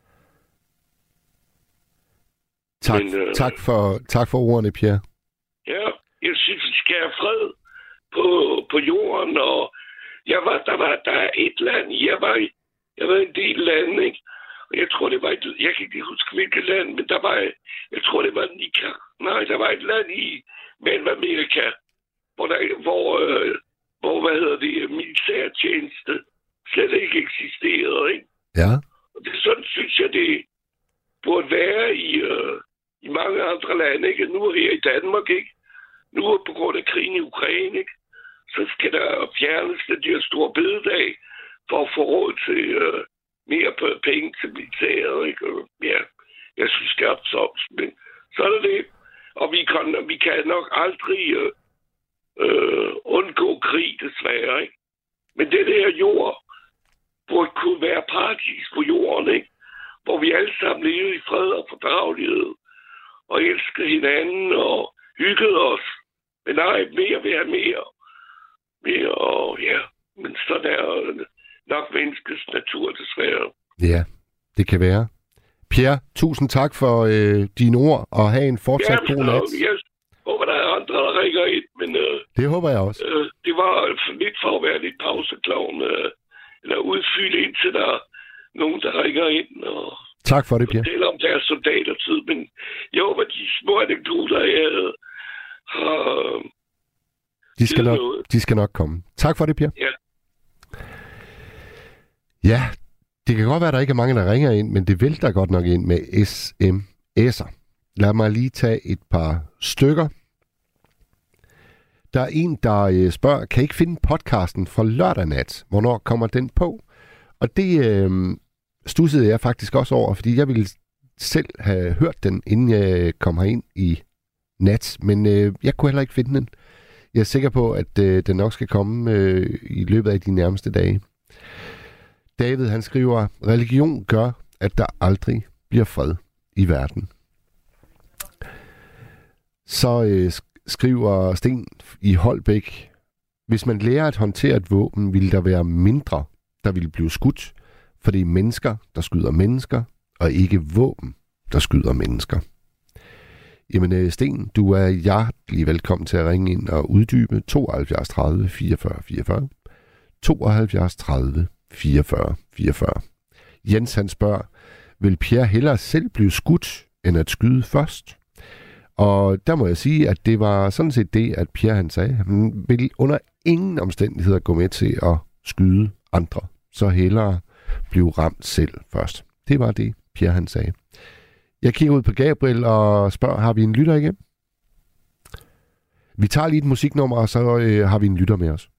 Tak for ordene, Pierre. Ja, jeg synes, vi skal have fred på jorden, og der er et land, jeg var en del lande, ikke? Og jeg tror, det var jeg kan ikke huske, hvilket land, men jeg tror, det var Nika. Nej, der var et land i Mellemamerika, hvor militærtjeneste slet ikke eksisterede, ikke? Ja. Og det sådan synes jeg, det burde være i mange andre lande, ikke? Nu her i Danmark, ikke? Nu på grund af krigen i Ukraine, ikke? Så skal der fjernes den der store bededag for at få råd til mere penge til militæret, ikke? Ja, jeg synes, det er absurd, men så er det. Og vi kan nok aldrig undgå krig, desværre, ikke? Men det der jord burde kunne være paradis på jorden, ikke? Hvor vi alle sammen levede i fred og fordragelighed og elskede hinanden og hyggede os. Men nej, mere vil have mere. Og ja, men sådan er nok menneskets natur, desværre. Ja, det kan være. Pierre, tusind tak for dine ord, og have en fortsat god nat. Jeg håber, der er andre, der ringer ind, men... det håber jeg også. Det var lidt for at være lidt pauseklovn, eller udfylde indtil der er nogen, der ringer ind, og... Tak for det, Pierre. Fortæller om deres soldatertid, men jeg håber, de små anekdoter, jeg havde, de skal nok komme. Tak for det, Pierre. Ja. Ja, det kan godt være, at der ikke er mange, der ringer ind, men det vælter godt nok ind med sms'er. Lad mig lige tage et par stykker. Der er en, der spørger, kan I ikke finde podcasten fra lørdag nat? Hvornår kommer den på? Og det stussede jeg faktisk også over, fordi jeg ville selv have hørt den, inden jeg kom herind i nat. Men jeg kunne heller ikke finde den. Jeg er sikker på, at den nok skal komme i løbet af de nærmeste dage. David, han skriver, religion gør, at der aldrig bliver fred i verden. Så skriver Sten i Holbæk, hvis man lærer at håndtere et våben, vil der være mindre, der vil blive skudt, for det er mennesker, der skyder mennesker, og ikke våben, der skyder mennesker. Jamen, Sten, du er hjertelig velkommen til at ringe ind og uddybe 72 30 44 44. 72 30 44 44. Jens, han spørger, vil Pierre hellere selv blive skudt, end at skyde først? Og der må jeg sige, at det var sådan set det, at Pierre han sagde. Han vil under ingen omstændigheder gå med til at skyde andre. Så hellere blive ramt selv først. Det var det, Pierre han sagde. Jeg kigger ud på Gabriel og spørger, har vi en lytter igen? Vi tager lige et musiknummer, og så har vi en lytter med os.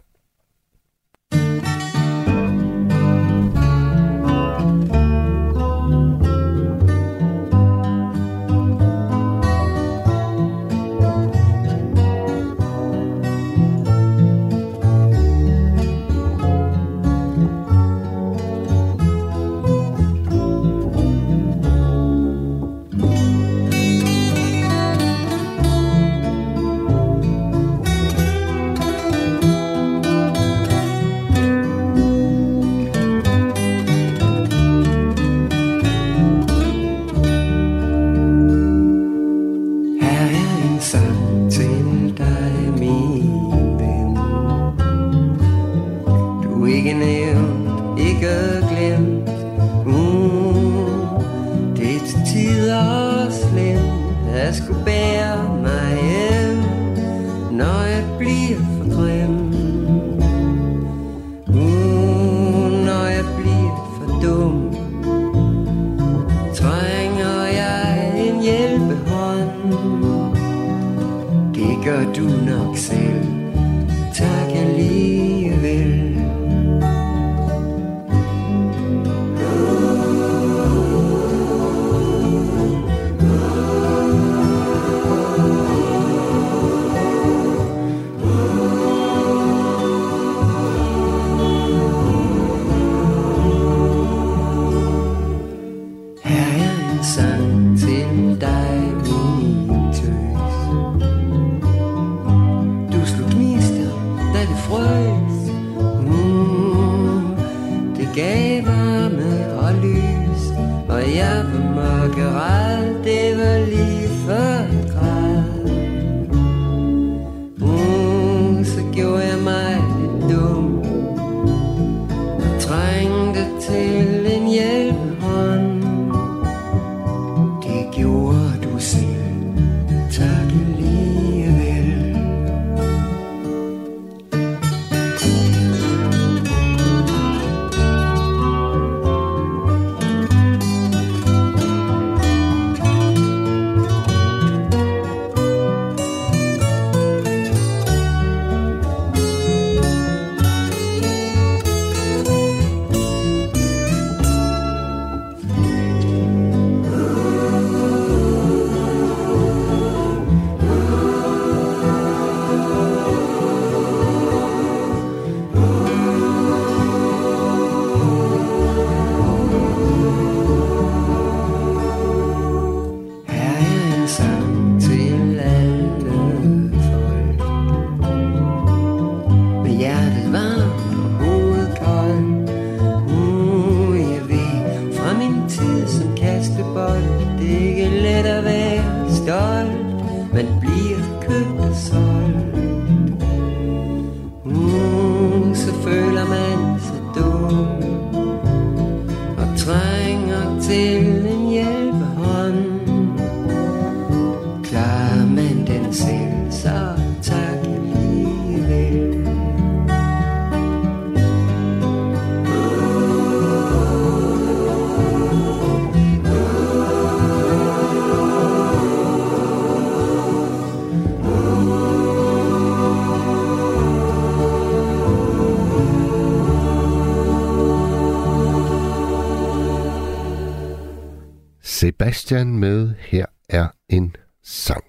Sebastian med Her er en sang.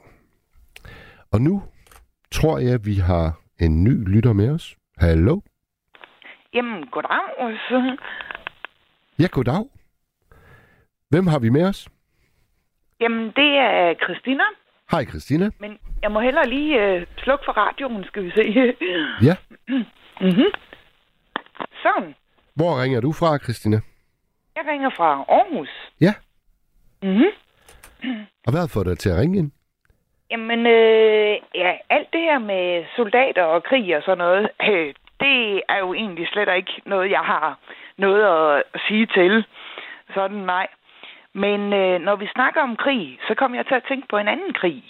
Og nu tror jeg, vi har en ny lytter med os. Hallo? Jamen, goddag også. Ja, goddag. Hvem har vi med os? Jamen, det er Christina. Hej, Christina. Men jeg må hellere lige slukke for radioen, skal vi se. Ja. Mm-hmm. Sådan. Hvor ringer du fra, Christina? Jeg ringer fra Aarhus. Ja. Mhm. Og hvad har fået dig til at ringe ind? Jamen, ja, alt det her med soldater og krig og sådan noget, det er jo egentlig slet ikke noget, jeg har noget at sige til. Sådan, nej. Men når vi snakker om krig, så kommer jeg til at tænke på en anden krig.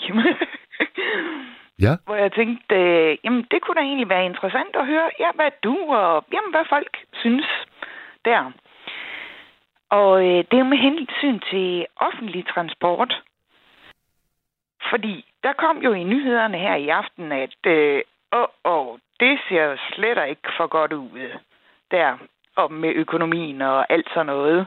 Ja. Hvor jeg tænkte, jamen det kunne da egentlig være interessant at høre, ja, hvad du og jamen, hvad folk synes der. Og det er med hensyn til offentlig transport. Fordi der kom jo i nyhederne her i aften, at det ser jo slet ikke for godt ud der, og med økonomien og alt sådan noget.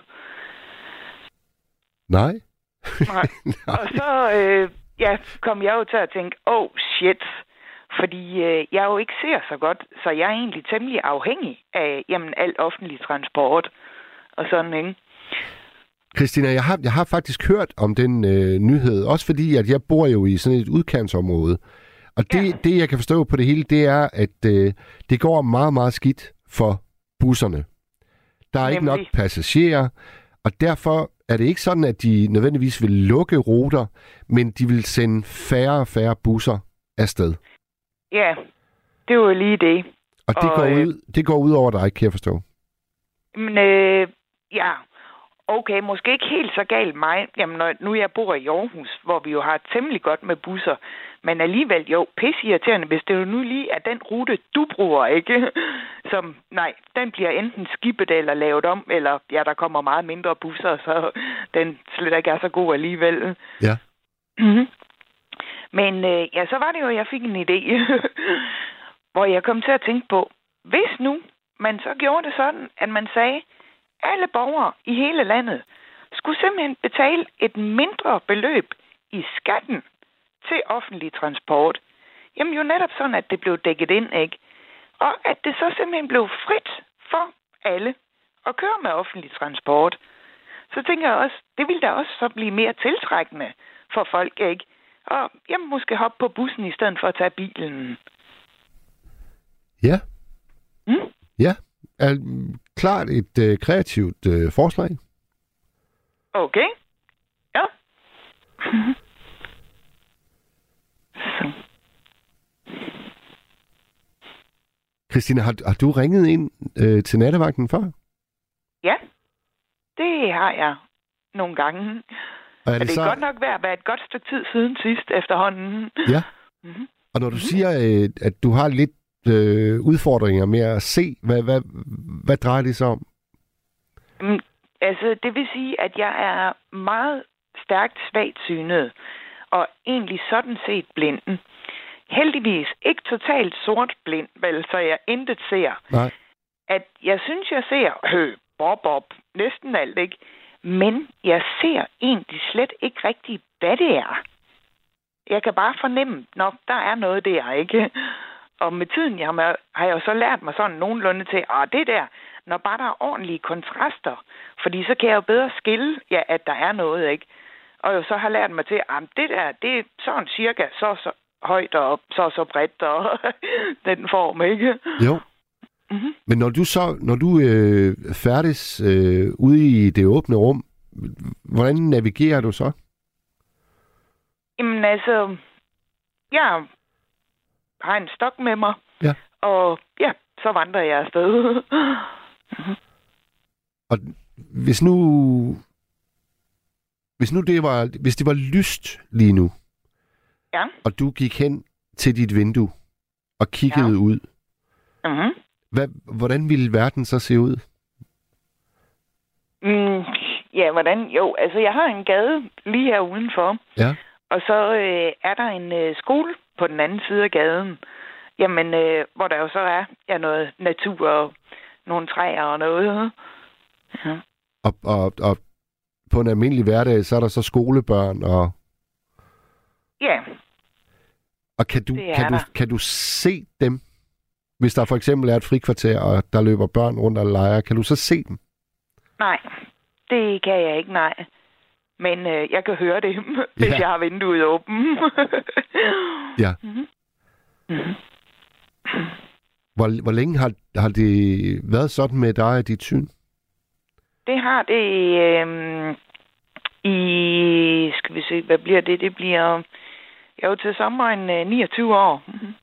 Nej. Nej. Og så kom jeg jo til at tænke, shit, fordi jeg jo ikke ser så godt, så jeg er egentlig temmelig afhængig af alt offentlig transport og sådan, ikke? Christina, jeg har faktisk hørt om den nyhed, også fordi, at jeg bor jo i sådan et udkantsområde. Og det jeg kan forstå på det hele, det er, at det går meget, meget skidt for busserne. Der er ikke nok passagerer, og derfor er det ikke sådan, at de nødvendigvis vil lukke ruter, men de vil sende færre og færre busser afsted. Ja, det var lige det. Og det går ud over dig, kan jeg forstå. Men okay, måske ikke helt så galt mig. Jamen, nu jeg bor i Aarhus, hvor vi jo har temmelig godt med busser, men alligevel jo pisseirriterende, hvis det jo nu lige er den rute, du bruger, ikke? Som, den bliver enten skibet eller lavet om, eller der kommer meget mindre busser, så den slet ikke er så god alligevel. Ja. Mm-hmm. Men så var det jo, jeg fik en idé, hvor jeg kom til at tænke på, hvis nu man så gjorde det sådan, at man sagde, alle borgere i hele landet skulle simpelthen betale et mindre beløb i skatten til offentlig transport. Jamen jo netop sådan, at det blev dækket ind, ikke? Og at det så simpelthen blev frit for alle at køre med offentlig transport. Så tænker jeg også, det ville da også så blive mere tiltrækkende for folk, ikke? Og måske hoppe på bussen i stedet for at tage bilen. Ja. Ja. Er klart et kreativt forslag. Okay. Ja. Så. Christina, har du ringet ind til nattevagten før? Ja, det har jeg nogle gange. Og det er godt nok ved at være et godt stykke tid siden sidst efterhånden. Ja. Mm-hmm. Og når du siger, at du har lidt udfordringer med at se, hvad drejer det sig om? Altså, det vil sige, at jeg er meget stærkt svagt synet, og egentlig sådan set blinden. Heldigvis ikke totalt sort blind, vel, så jeg intet ser. Nej. At jeg synes, jeg ser bob, næsten alt, ikke? Men jeg ser egentlig slet ikke rigtigt, hvad det er. Jeg kan bare fornemme, når der er noget der, ikke? Og med tiden har jeg jo så lært mig sådan nogenlunde til, det der, når bare der er ordentlige kontraster, fordi så kan jeg jo bedre skille, at der er noget, ikke? Og jo så har lært mig til, det der, det er sådan cirka så højt og så bredt og den form, ikke? Jo. Mm-hmm. Men når du færdes ude i det åbne rum, hvordan navigerer du så? Jamen altså, jeg har en stok med mig, og så vandrer jeg afsted. Mm-hmm. Og hvis det var lyst lige nu, og du gik hen til dit vindue og kiggede ud, mm-hmm. Hvordan ville verden så se ud? Hvordan? Jo, altså jeg har en gade lige her udenfor. Ja. Og så er der en skole på den anden side af gaden. Jamen, hvor der jo så er noget natur og nogle træer og noget. Ja. Og på en almindelig hverdag, så er der så skolebørn og... Ja. Og kan du se dem? Hvis der for eksempel er et frikvarter, og der løber børn rundt og leger, kan du så se dem? Nej, det kan jeg ikke, nej. Men jeg kan høre det, hvis jeg har vinduet åbent. Ja. Mm-hmm. Mm-hmm. Hvor længe har det været sådan med dig og dit syn? Det har det i... Skal vi se, hvad bliver det? Det bliver jo til sommeren 29 år. Mm-hmm.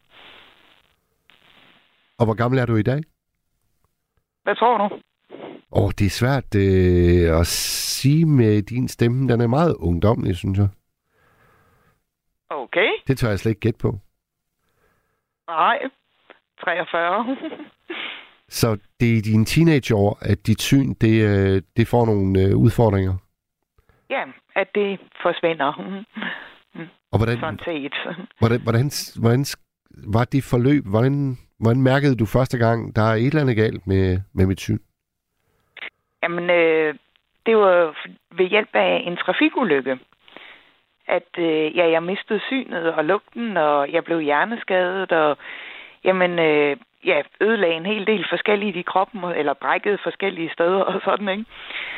Og hvor gammel er du i dag? Hvad tror du? Det er svært at sige med din stemme. Den er meget ungdomlig, synes jeg. Okay. Det tør jeg slet ikke gætte på. Nej, 43. Så det er i dine teenageår, at dit syn, det får nogle udfordringer? Ja, at det forsvinder. Og sådan set. hvordan var det forløb? Hvordan mærkede du første gang, der er et eller andet galt med mit syn? Jamen, det var ved hjælp af en trafikulykke, at jeg mistede synet og lugten, og jeg blev hjerneskadet, og ødelagde en hel del forskelligt i kroppen, eller brækkede forskellige steder og sådan, ikke?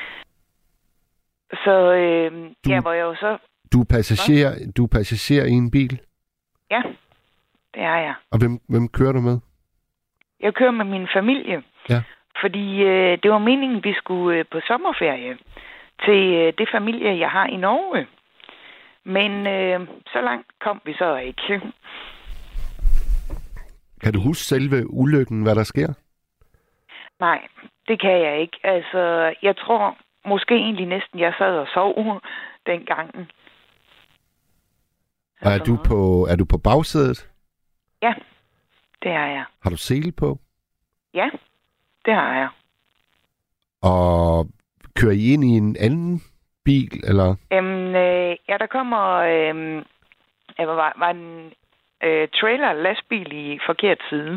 Så jeg var jo så... Du er passager i en bil? Ja, det er jeg. Og hvem kører du med? Jeg kører med min familie. Ja. Fordi det var meningen, vi skulle på sommerferie til det familie, jeg har i Norge. Men så langt kom vi så ikke. Kan du huske selve ulykken, hvad der sker? Nej, det kan jeg ikke. Altså, jeg tror måske egentlig næsten, jeg sad og sov dengang. Og er du på bagsædet? Ja, det er jeg. Har du sele på? Ja, det har jeg. Og kører I ind i en anden bil, eller? Der kommer var en trailer-lastbil i forkert side.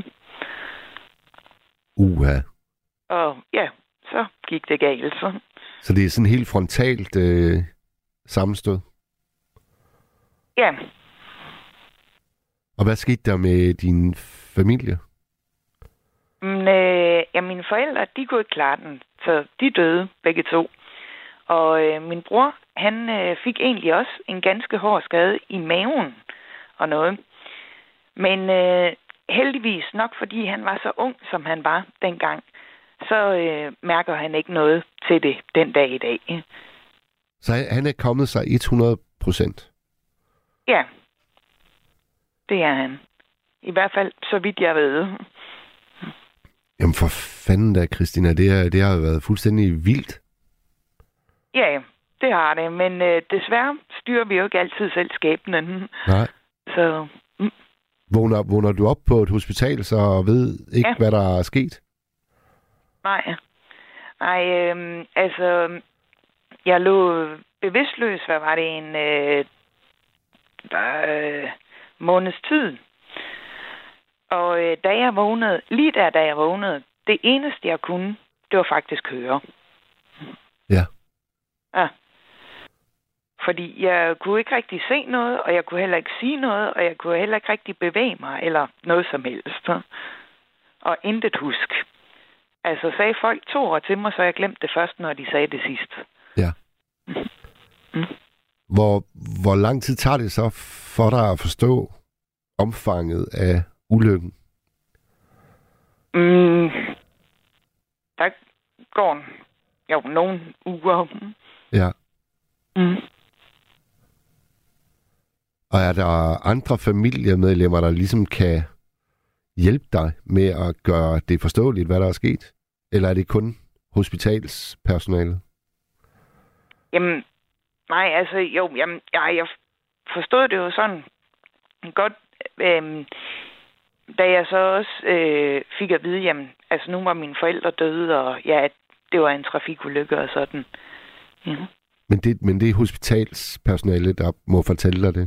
Uha. Og ja, så gik det galt. Så det er sådan helt frontalt sammenstød? Ja. Og hvad skete der med din familie? Mine forældre, de kunne ikke klare den, så de døde begge to. Og min bror, han fik egentlig også en ganske hård skade i maven og noget. Men heldigvis nok, fordi han var så ung, som han var dengang, så mærker han ikke noget til det den dag i dag. Så han er kommet sig 100%? Ja, det er han. I hvert fald, så vidt jeg ved. Jamen for fanden da, Christina. Det har været fuldstændig vildt. Ja, det har det. Men desværre styrer vi jo ikke altid selv skæbnen. Nej. Så... Vågner du op på et hospital, så ved ikke, hvad der er sket? Nej. Altså... Jeg lå bevidstløs, hvad var det, en måneds tid. Og da jeg vågnede, det eneste jeg kunne, det var faktisk høre. Ja. Ja. Fordi jeg kunne ikke rigtig se noget, og jeg kunne heller ikke sige noget, og jeg kunne heller ikke rigtig bevæge mig, eller noget som helst. Og intet husk. Altså sagde folk 2 år til mig, så jeg glemte det først, når de sagde det sidst. Ja. Hvor lang tid tager det så for dig at forstå omfanget af ulykken? Der går nogle uger. Ja. Og er der andre familiemedlemmer, der ligesom kan hjælpe dig med at gøre det forståeligt, hvad der er sket? Eller er det kun hospitalspersonalet? Jamen, nej, altså, jeg forstod det jo sådan godt, da jeg så også fik at vide, jamen, altså nu var mine forældre døde, og ja, det var en trafikulykke og sådan. Mm-hmm. Men det er hospitalspersonalet, der må fortælle dig det?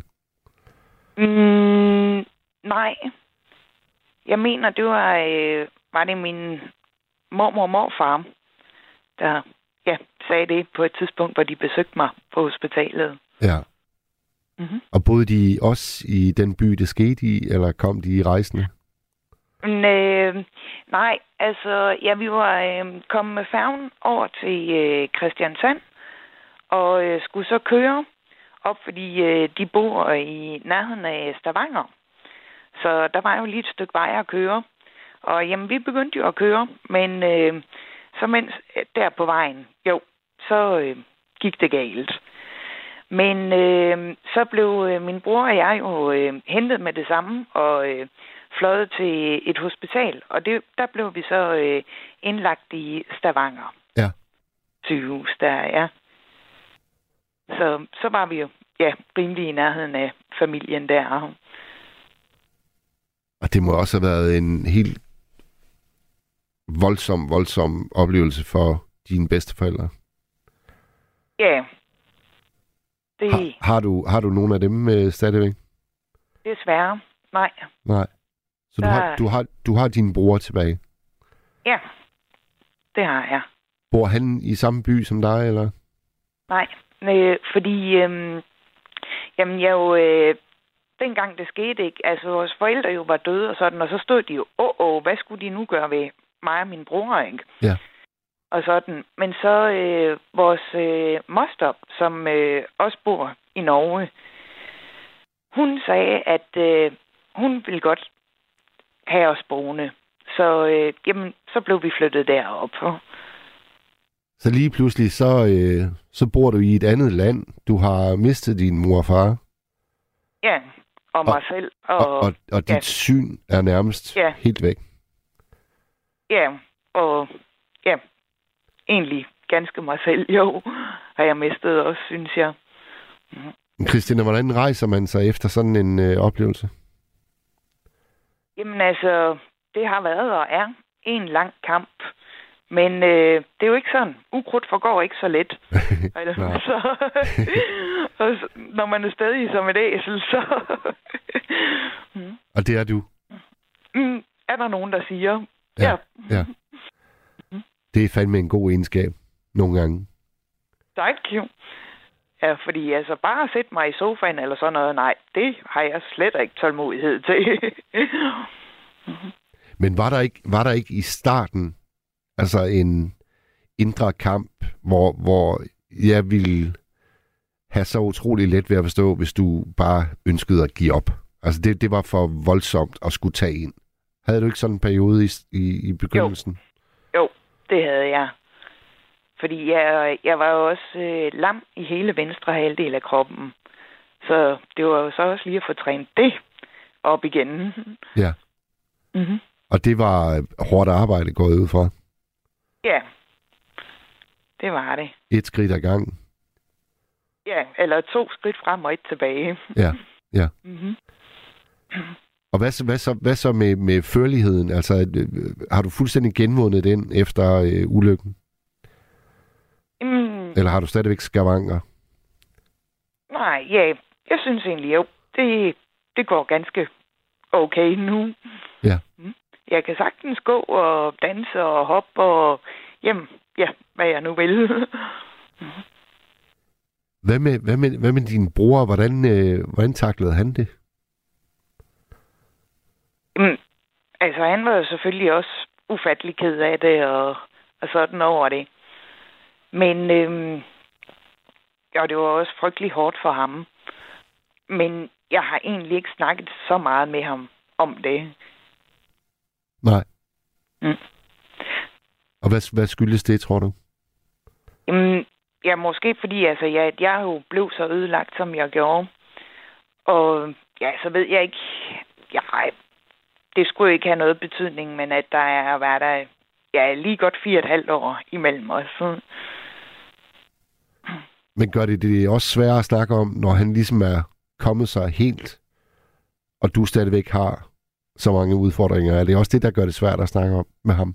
Nej. Jeg mener, det var det min mormor og morfar, der sagde det på et tidspunkt, hvor de besøgte mig på hospitalet. Ja. Mm-hmm. Og boede de også i den by, det skete i, eller kom de i rejsende? Nej, altså, vi var kommet med færgen over til Kristiansand, og skulle så køre op, fordi de bor i nærheden af Stavanger. Så der var jo lige et stykke vej at køre. Og jamen, vi begyndte jo at køre, men så mens der på vejen, så gik det galt. Men så blev min bror og jeg jo hentet med det samme og fløjet til et hospital. Og der blev vi så indlagt i Stavanger. Ja. Sygehus der, ja. Så var vi jo rimelig i nærheden af familien der. Og det må også have været en helt voldsom oplevelse for dine bedsteforældre. Ja. Det Har du nogle af dem stadigvæk? desværre. Nej. Nej. Så du har din bror tilbage? Ja, det har jeg. Bor han i samme by som dig, eller? Nej, fordi jamen jeg jo dengang det skete ikke, altså vores forældre jo var døde og sådan, og så stod de jo, hvad skulle de nu gøre ved mig og min bror, ikke? Ja. Og sådan. Men så vores moster, som også bor i Norge, hun sagde, at hun ville godt have os boende. Så jamen, så blev vi flyttet derop. Så lige pludselig, så bor du i et andet land. Du har mistet din mor og far. Ja, og mig selv. Og dit syn er nærmest helt væk. Ja, og ja, egentlig ganske mig selv, jo, har jeg mistet også, synes jeg. Christina, hvordan rejser man sig efter sådan en oplevelse? Jamen altså, det har været og er en lang kamp. Men det er jo ikke sådan. Ukrudt forgår ikke så let. Så, når man er stadig som et æsel, så... Og det er du? Er der nogen, der siger? Ja. Det er fandme en god egenskab. Nogle gange. Tak, jo. Ja, fordi altså bare at sætte mig i sofaen eller sådan noget, nej, det har jeg slet ikke tålmodighed til. Men var der ikke i starten altså en indre kamp, hvor jeg ville have så utrolig let ved at forstå, hvis du bare ønskede at give op? Altså det var for voldsomt at skulle tage ind. Havde du ikke sådan en periode i begyndelsen? Jo, det havde jeg. Fordi jeg var jo også lam i hele venstre halvdel af kroppen. Så det var jo så også lige at få trænet det op igen. Ja. Mm-hmm. Og det var hårdt arbejde gået ud fra? Ja, det var det. Et skridt ad gangen? Ja, eller 2 skridt frem og 1 tilbage. Ja. Mm-hmm. Og hvad så med førligheden? Altså, har du fuldstændig genvundet den efter ulykken? Eller har du stadigvæk skavanker? Nej, ja. Jeg synes egentlig jo, det går ganske okay nu. Ja. Jeg kan sagtens gå og danse og hoppe og hvad jeg nu vil. Hvad med din bror? Hvordan taklede han det? Altså, han var jo selvfølgelig også ufattelig ked af det og sådan over det. Men det var også frygtelig hårdt for ham. Men jeg har egentlig ikke snakket så meget med ham om det. Nej. Og hvad skyldes det, tror du? Ja, måske fordi altså, jeg jo blev så ødelagt, som jeg gjorde. Og ja, så ved jeg ikke... det skulle jo ikke have noget betydning, men at der er været lige godt 4,5 år imellem os. Men gør det også sværere at snakke om, når han ligesom er kommet sig helt, og du stadigvæk har så mange udfordringer? Er det også det, der gør det svært at snakke om med ham?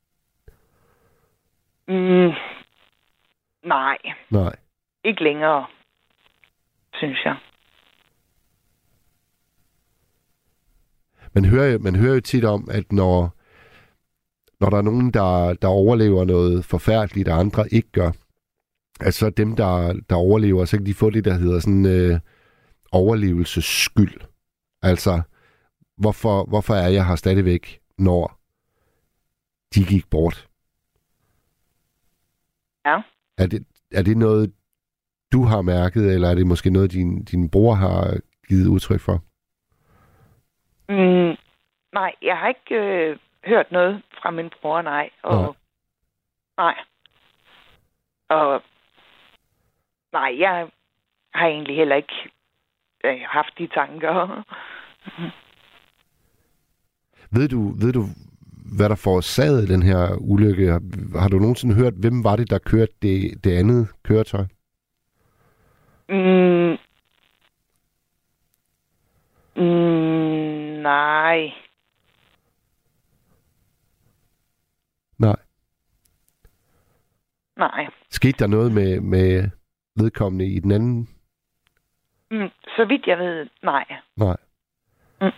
Nej. Ikke længere, synes jeg. Man hører jo tit om, at når der er nogen, der overlever noget forfærdeligt, og andre ikke gør, altså dem, der overlever, så kan de få det, der hedder sådan overlevelsesskyld. Altså, hvorfor er jeg her stadigvæk, når de gik bort? Ja. Er det noget, du har mærket, eller er det måske noget, din bror har givet udtryk for? Nej, jeg har ikke hørt noget fra min bror, nej. Nej. Og nej, jeg har egentlig heller ikke haft de tanker. Ved du, hvad der forårsagede den her ulykke? Har du nogensinde hørt, hvem var det, der kørte det andet køretøj? Nej. Nej. Skete der noget med vedkommende i den anden Så vidt jeg ved, nej. Nej. Mm.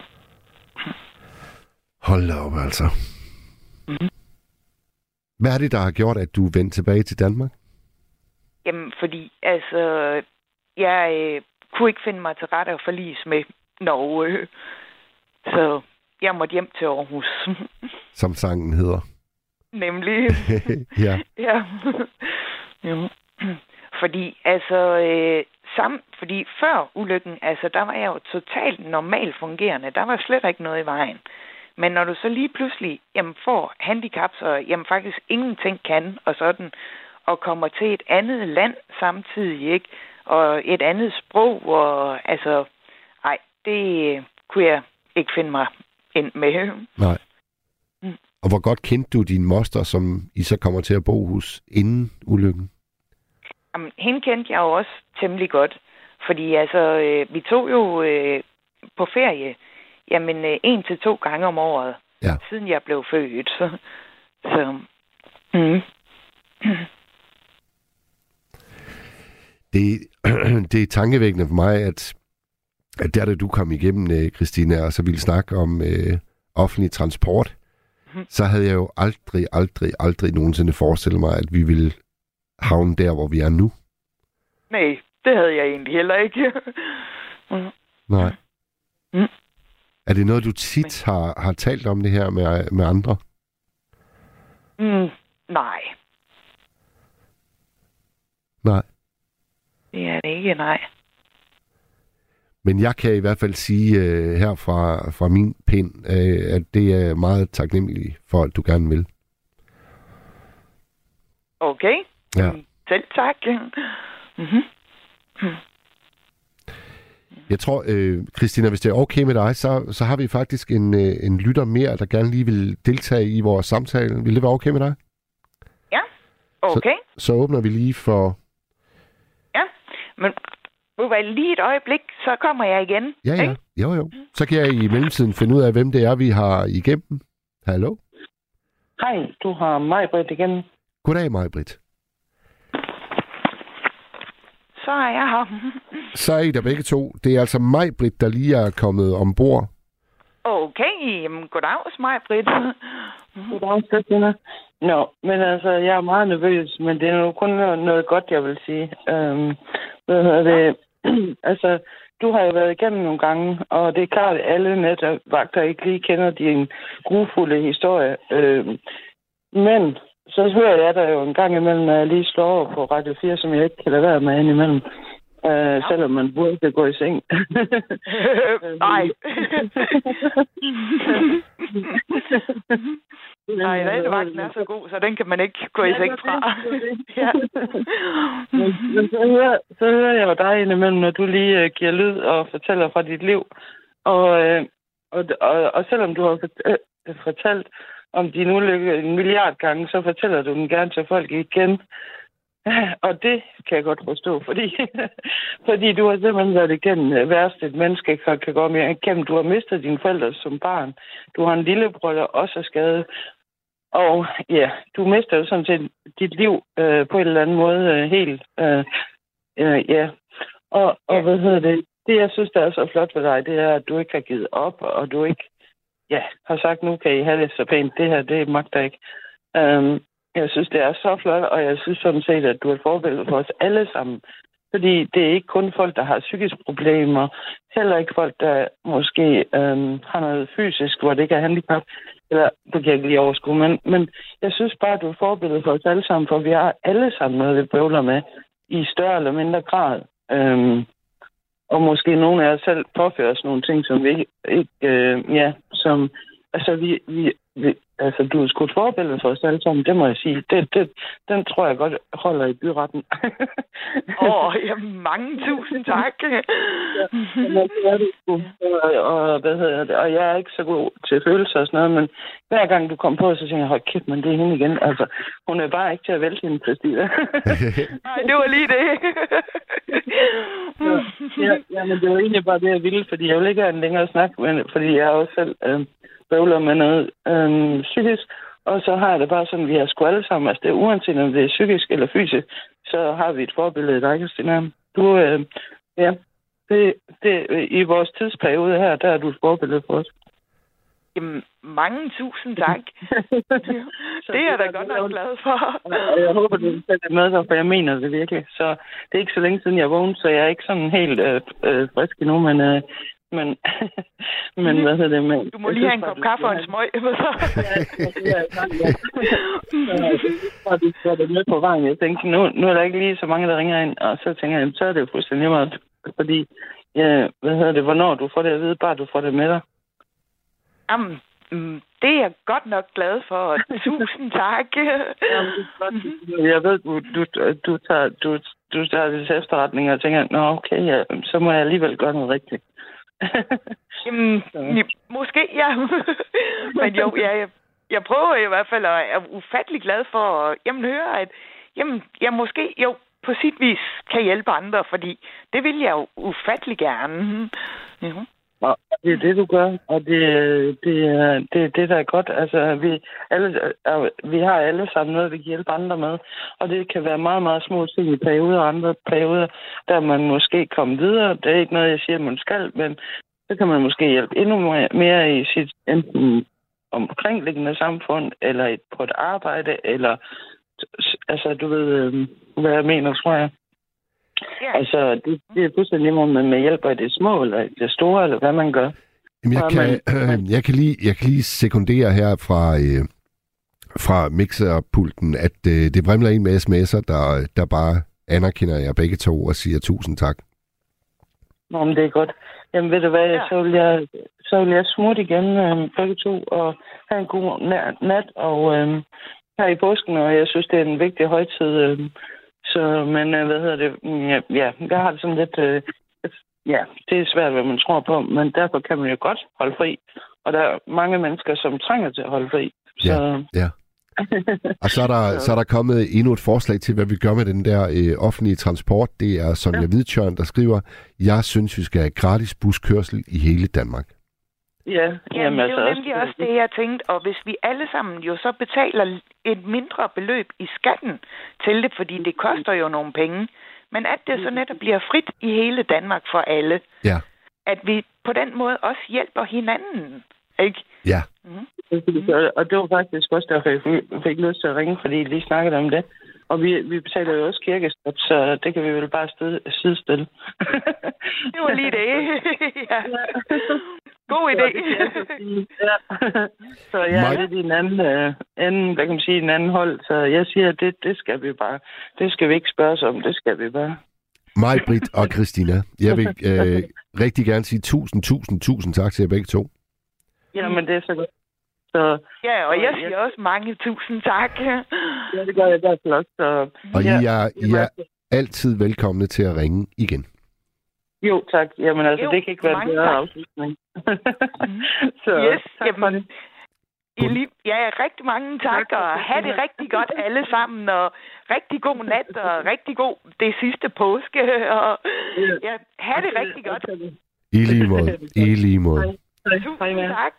Hold da op, altså. Mm. Hvad er det, der har gjort, at du er vendt tilbage til Danmark? Jamen, fordi, altså, jeg kunne ikke finde mig til rette og forlis med Norge. Så jeg måtte hjem til Aarhus. Som sangen hedder. Nemlig. Ja. Ja. Jo. Fordi, altså, fordi før ulykken, altså, der var jeg jo totalt normalt fungerende. Der var slet ikke noget i vejen. Men når du så lige pludselig får handicap, så faktisk ingenting kan, og sådan, og kommer til et andet land samtidig, ikke? Og et andet sprog, og altså, nej, det kunne jeg ikke finde mig ind med. Nej. Og hvor godt kendte du din moster, som I så kommer til at bo hos inden ulykken? Jamen, hende kendte jeg jo også temmelig godt, fordi altså, vi tog jo på ferie, 1 til 2 gange om året, siden jeg blev født. Så. Det er tankevækkende for mig, at der, da du kom igennem, Christina, og så ville snakke om offentlig transport, så havde jeg jo aldrig nogensinde forestillet mig, at vi ville havne der, hvor vi er nu. Nej, det havde jeg egentlig heller ikke. Nej. Er det noget, du tit har talt om det her med andre? Nej. Nej. Det er det ikke, nej. Men jeg kan i hvert fald sige her fra min pind, at det er meget taknemmeligt for, at du gerne vil. Okay. Ja. Selv tak. Jeg tror, Christina, hvis det er okay med dig, så har vi faktisk en lytter mere, der gerne lige vil deltage i vores samtale. Vil det være okay med dig? Ja, okay. Så åbner vi lige for... Ja, men lige et øjeblik, så kommer jeg igen. Ja, ikke? Jo. Så kan jeg i mellemtiden finde ud af, hvem det er, vi har igennem. Hallo? Hej, du har Maj-Britt igen. Goddag, Maj-Britt. Så er jeg her. Så er I der begge to. Det er altså Maj-Britt, der lige er kommet ombord. Okay, goddags Maj-Britt. Goddags, Christina. Nå, men altså, jeg er meget nervøs, men det er jo kun noget godt, jeg vil sige. Altså, du har jo været igennem nogle gange, og det er klart, at alle nattevagter ikke lige kender din grufulde historie. Men så hører jeg der jo en gang imellem, når jeg lige slår over på Radio 4, som jeg ikke kan lade være med indimellem. Selvom man burde gå i seng. Nej. Nej, nattevagten er så god, så den kan man ikke gå i seng fra. Ja. Men så hører jeg jo dig indimellem, når du lige giver lyd og fortæller fra dit liv. Og selvom du har fortalt om din ulykke 1 milliard gange, så fortæller du den gerne til folk igen. Og det kan jeg godt forstå, fordi du har simpelthen været igennem værst et menneske kan gå mere igennem. Du har mistet dine forældre som barn. Du har en lillebror, der også er skadet. Og ja, du mister jo sådan set dit liv på en eller anden måde helt. Ja. Og hvad hedder det? Det, jeg synes, der er så flot ved dig, det er, at du ikke har givet op, og du ikke har sagt, nu kan I have det så pænt. Det her, det magter ikke. Jeg synes, det er så flot, og jeg synes sådan set, at du er et forbillede for os alle sammen. Fordi det er ikke kun folk, der har psykiske problemer, heller ikke folk, der måske har noget fysisk, hvor det ikke er handicap, eller det kan jeg ikke lige overskue, men jeg synes bare, at du er et forbillede for os alle sammen, for vi har alle sammen noget, vi bøvler med, i større eller mindre grad. Og måske nogle af os selv påfører os nogle ting, som vi ikke som, altså vi altså, du er sgu et forbillede for os alle sammen, det må jeg sige. Den tror jeg godt holder i byretten. Mange tusind tak. Og jeg er ikke så god til følelser og sådan noget, men hver gang du kom på, så tænker jeg, hold kæft, men det er hende igen. Altså, hun er bare ikke til at vælte hende, Christina. Nej, det var lige det. Men det var egentlig bare det, jeg ville, fordi jeg vil ikke have en længere snak, men fordi jeg også selv bøvler med noget psykisk, og så har jeg det bare sådan, vi har sgu alle sammen, altså det er uanset om det er psykisk eller fysisk, så har vi et forbillede i dig, Christina. Du, I vores tidsperiode her, der er du et forbillede for os. Jamen, mange tusind tak. Det er jeg da godt nok glad for. Jeg håber, du vil sætte med dig, for jeg mener det virkelig. Så det er ikke så længe siden, jeg vågnede, så jeg er ikke sådan helt frisk endnu, men hvad hedder det med? Du må lige have en kop kaffe og en smøg. Ja. Du får det med på vejen. Jeg tænkte, nu er der ikke lige så mange, der ringer ind, og så tænker jeg, så er det jo fuldstændig meget, fordi, hvornår du får det at vide, bare du får det med dig. Jamen, det er jeg godt nok glad for. Tusind tak. Jeg ved, du tager det til efterretning og tænker, nå okay, ja, så må jeg alligevel gøre noget rigtigt. Jamen, måske, ja. Men jo, jeg prøver i hvert fald, og er ufattelig glad for at høre, at jeg måske jo på sit vis kan hjælpe andre, fordi det vil jeg jo ufattelig gerne. Ja. Og det er det, du gør, og det er det, der er godt. Altså, vi har alle sammen noget, vi kan hjælpe andre med, og det kan være meget, meget små ting i perioder og andre perioder, der man måske kommer videre. Det er ikke noget, jeg siger, man skal, men så kan man måske hjælpe endnu mere i sit enten omkringliggende samfund, eller på et arbejde, eller altså, du ved, hvad jeg mener, tror jeg. Yeah. Altså, det er fuldstændig lige, med hjælp af det små, eller det store, eller hvad man gør. Jamen, jeg kan lige sekundere her fra mixerpulten, at det vrimler ind med sms'er, der bare anerkender jer begge to og siger tusind tak. Nå, men det er godt. Jamen, ved du hvad, ja. så vil jeg smutte igen begge to, og have en god nat, og her i påsken, og jeg synes, det er en vigtig højtid. Så, men hvad hedder det? Ja, jeg har det sådan lidt... det er svært, hvad man tror på, men derfor kan man jo godt holde fri. Og der er mange mennesker, som trænger til at holde fri. Så... Ja. Og så er der kommet endnu et forslag til, hvad vi gør med den der offentlige transport. Det er Sonja Hvidtjørn, der skriver, jeg synes, vi skal have gratis buskørsel i hele Danmark. Ja, jamen, det er jo nemlig også det, jeg tænkte. Og hvis vi alle sammen jo så betaler et mindre beløb i skatten til det, fordi det koster jo nogle penge, men at det så netop bliver frit i hele Danmark for alle. Ja. At vi på den måde også hjælper hinanden, ikke? Ja. Mm-hmm. Og det var faktisk også derfor, jeg fik lyst til at ringe, fordi I lige snakkede om det. Og vi betaler jo også kirkestop, så det kan vi vel bare sidestille. Det var lige det. Ja. God idé. Ja. Så jeg er lidt i en anden, hvad kan man sige, en anden hold. Så jeg siger, at det skal vi bare. Det skal vi ikke spørge os om, det skal vi bare. Mig, Britt og Christina, jeg vil rigtig gerne sige tusind tak til jer begge to. Jamen, det er så godt. Så, ja, og jeg siger også mange tusind tak. Ja, det gør jeg i hvert fald også. Så, og I er altid velkomne til at ringe igen. Jo, tak. Jamen altså, det kan ikke være en bedre afslutning. Så, yes, jamen, rigtig mange tak, og have det rigtig godt alle sammen, og rigtig god nat, og rigtig god det sidste påske, og have det rigtig godt. I lige måde. Tusind tak.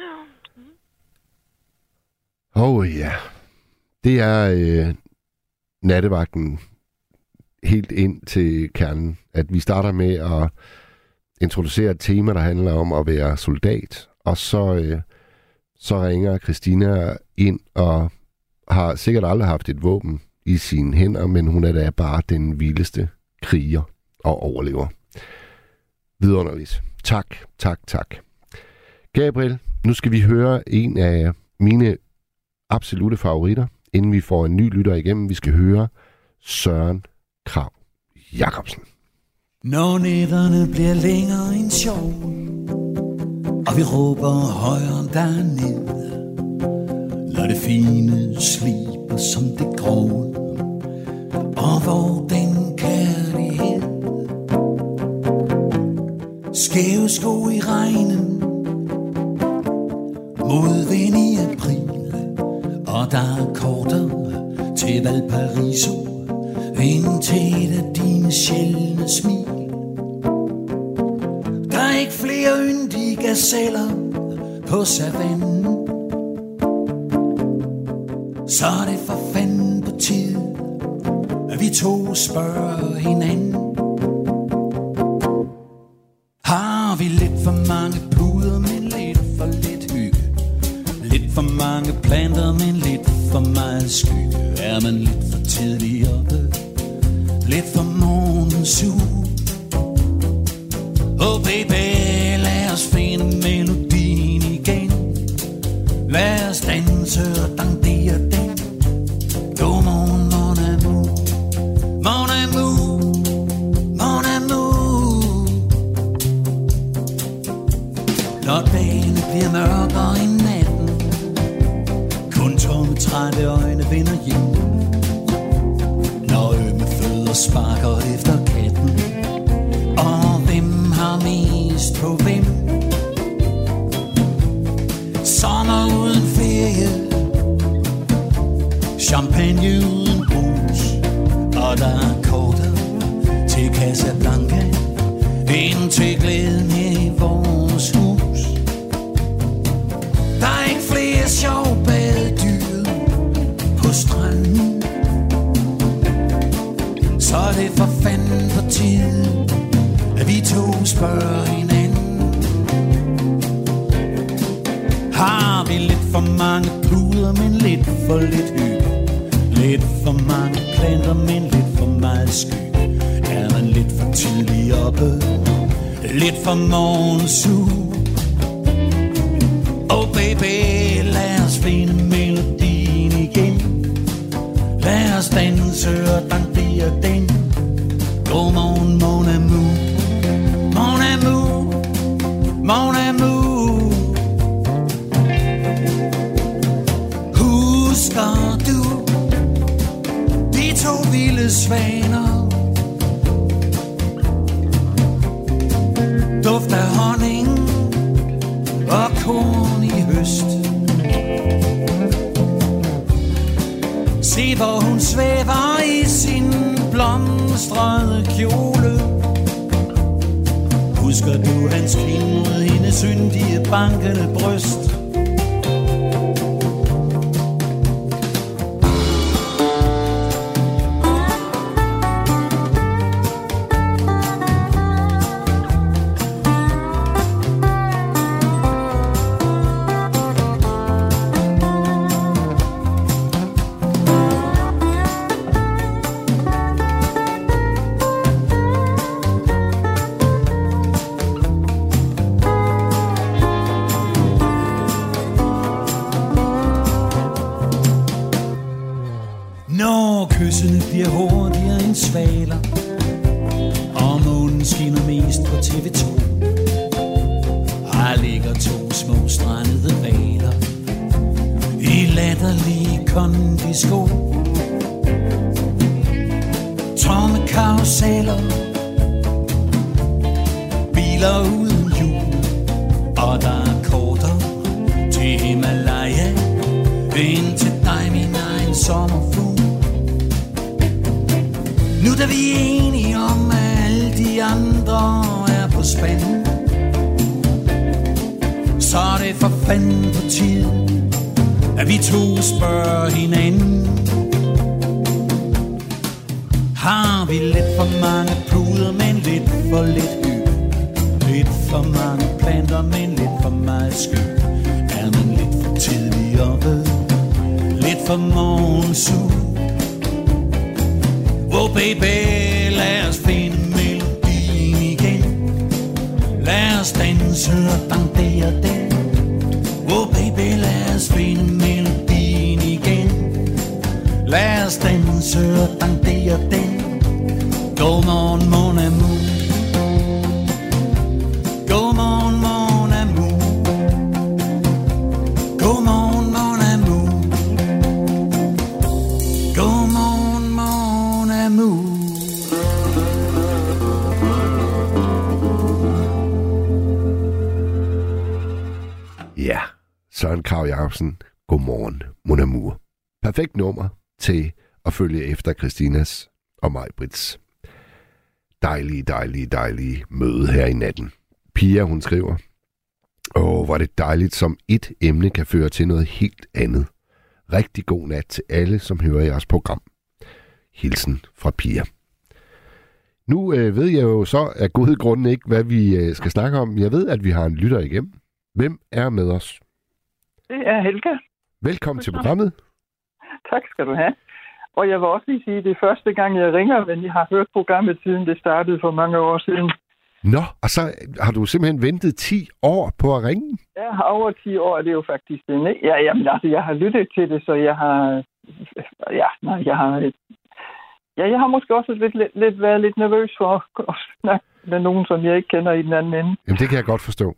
Ja. Det er nattevagten helt ind til kernen, at vi starter med at introducere et tema, der handler om at være soldat, og så ringer Christina ind og har sikkert aldrig haft et våben i sine hænder, men hun er da bare den vildeste kriger og overlever. Vidunderligt. Tak. Gabriel, nu skal vi høre en af mine absolutte favoritter, inden vi får en ny lytter igennem. Vi skal høre Søren Krag Jacobsen. Når nætterne bliver længere end sjov, og vi råber højere derned, når det fine sliber som det grå, og hvor den kærlighed skæve sko i regnen, modvind i april, og der er kortere til Valparaiso, indtil et af dine sjældne smil. Der er ikke flere yndige gazeller på savannen, så er det for fanden på tide, at vi to spørger hinanden. Har vi lidt for mange puder, men lidt for lidt hygge. Lidt for mange planter, men lidt for meget skygge. Er man lidt for tidlig oppe, lidt for morgensug. Oh baby, lad os finde melodien igen. Lad os danse og dandere den. Godmorgen, mon amour, mon amour, mon amour. Når dagen bliver mørkere i natten, kun tomme trætte øjne vender hjem. Når ømme fødder sparker efter katten, og hvem har mest på hvem? Sommer uden ferie, champagne uden brus, og der er kortet til Casablanca, ind til glæden her i vores hus. Der er ikke flere sjove badedyr på stranden, så er det for fanden på tide, at vi to spørger hinanden. Har vi lidt for mange puder, men lidt for lidt hygge. Lidt for mange planter, men lidt for meget skygge. Er man lidt for tidlig oppe, lidt for morgensug. Oh baby, lad os finde melodien igen. Lad os danse og dandere den. Godmorgen, mon amour, mon amour, mon amour. Husker du de to vilde svaner? Duft af honning og korn i høst. Se hvor hun svæver i sin blomstrede kjole. Husker du hans kind mod hendes syndige bankende bryst? Kyssene bliver hurtigere end svaler, og månen skinner mest på TV2. Her ligger to små strandede hvaler i latterlige kondisko. Tomme karuseller, biler uden hjul, og der er korter til Himalaya, ind til dig min egen sommerfugl. Nu da vi er enige om, at alle de andre er på spanden, så er det for fanden på tide, at vi to spørger hinanden. Har vi lidt for mange puder, men lidt for lidt hygge. Lidt for mange planter, men lidt for meget skygge. Er man lidt for tidlig oppe, lidt for morgensug. Oh baby, lad os finde melodien igen. Lad os danse og dandere den. Oh baby, lad os finde melodien igen. Lad os danse og dandere den. Godmorgen, mon amour. Godmorgen, mon amour. Godmorgen, mon amour. Godmorgen, mon amour. Ja, Søren Kragh Jacobsen. Godmorgen, mon amour. Perfekt nummer til at følge efter Christinas og Maj-Brits dejlige møde her i natten. Pia, hun skriver, hvor er det dejligt, som et emne kan føre til noget helt andet. Rigtig god nat til alle, som hører jeres program. Hilsen fra Pia. Nu ved jeg jo så af gode grunde ikke, hvad vi skal snakke om. Jeg ved, at vi har en lytter igennem. Hvem er med os? Det er Helga. Velkommen til programmet. Tak skal du have. Og jeg vil også lige sige, at det er første gang, jeg ringer, men jeg har hørt programmet siden det startede for mange år siden. Nå, og så har du simpelthen ventet 10 år på at ringe? Ja, over 10 år er det jo faktisk det. Jamen, altså, jeg har lyttet til det, så jeg har... jeg har måske også været lidt nervøs for at snakke med nogen, som jeg ikke kender i den anden ende. Jamen, det kan jeg godt forstå.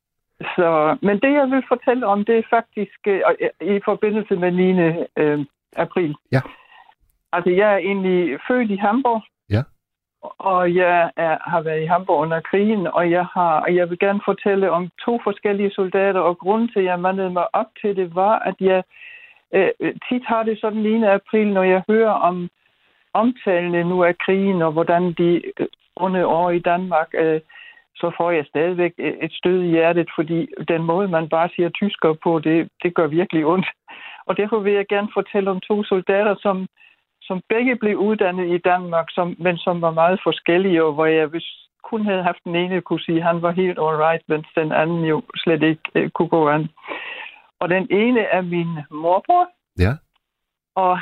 Men det, jeg vil fortælle om, det er faktisk i forbindelse med 9. april. Ja. Altså, jeg er egentlig født i Hamburg. Ja. Og jeg har været i Hamburg under krigen, og jeg vil gerne fortælle om 2 forskellige soldater, og grunden til, at jeg mandede mig op til det, var, at jeg tit har det sådan 9. april, når jeg hører om omtalene nu af krigen, og hvordan de onde år i Danmark, så får jeg stadigvæk et stød i hjertet, fordi den måde, man bare siger tysker på, det gør virkelig ondt. Og derfor vil jeg gerne fortælle om 2 soldater, som begge blev uddannet i Danmark, men som var meget forskellige, og hvor jeg hvis kun havde haft den ene, kunne sige, at han var helt alright, mens den anden jo slet ikke kunne gå an. Og den ene er min morbror. Ja. Og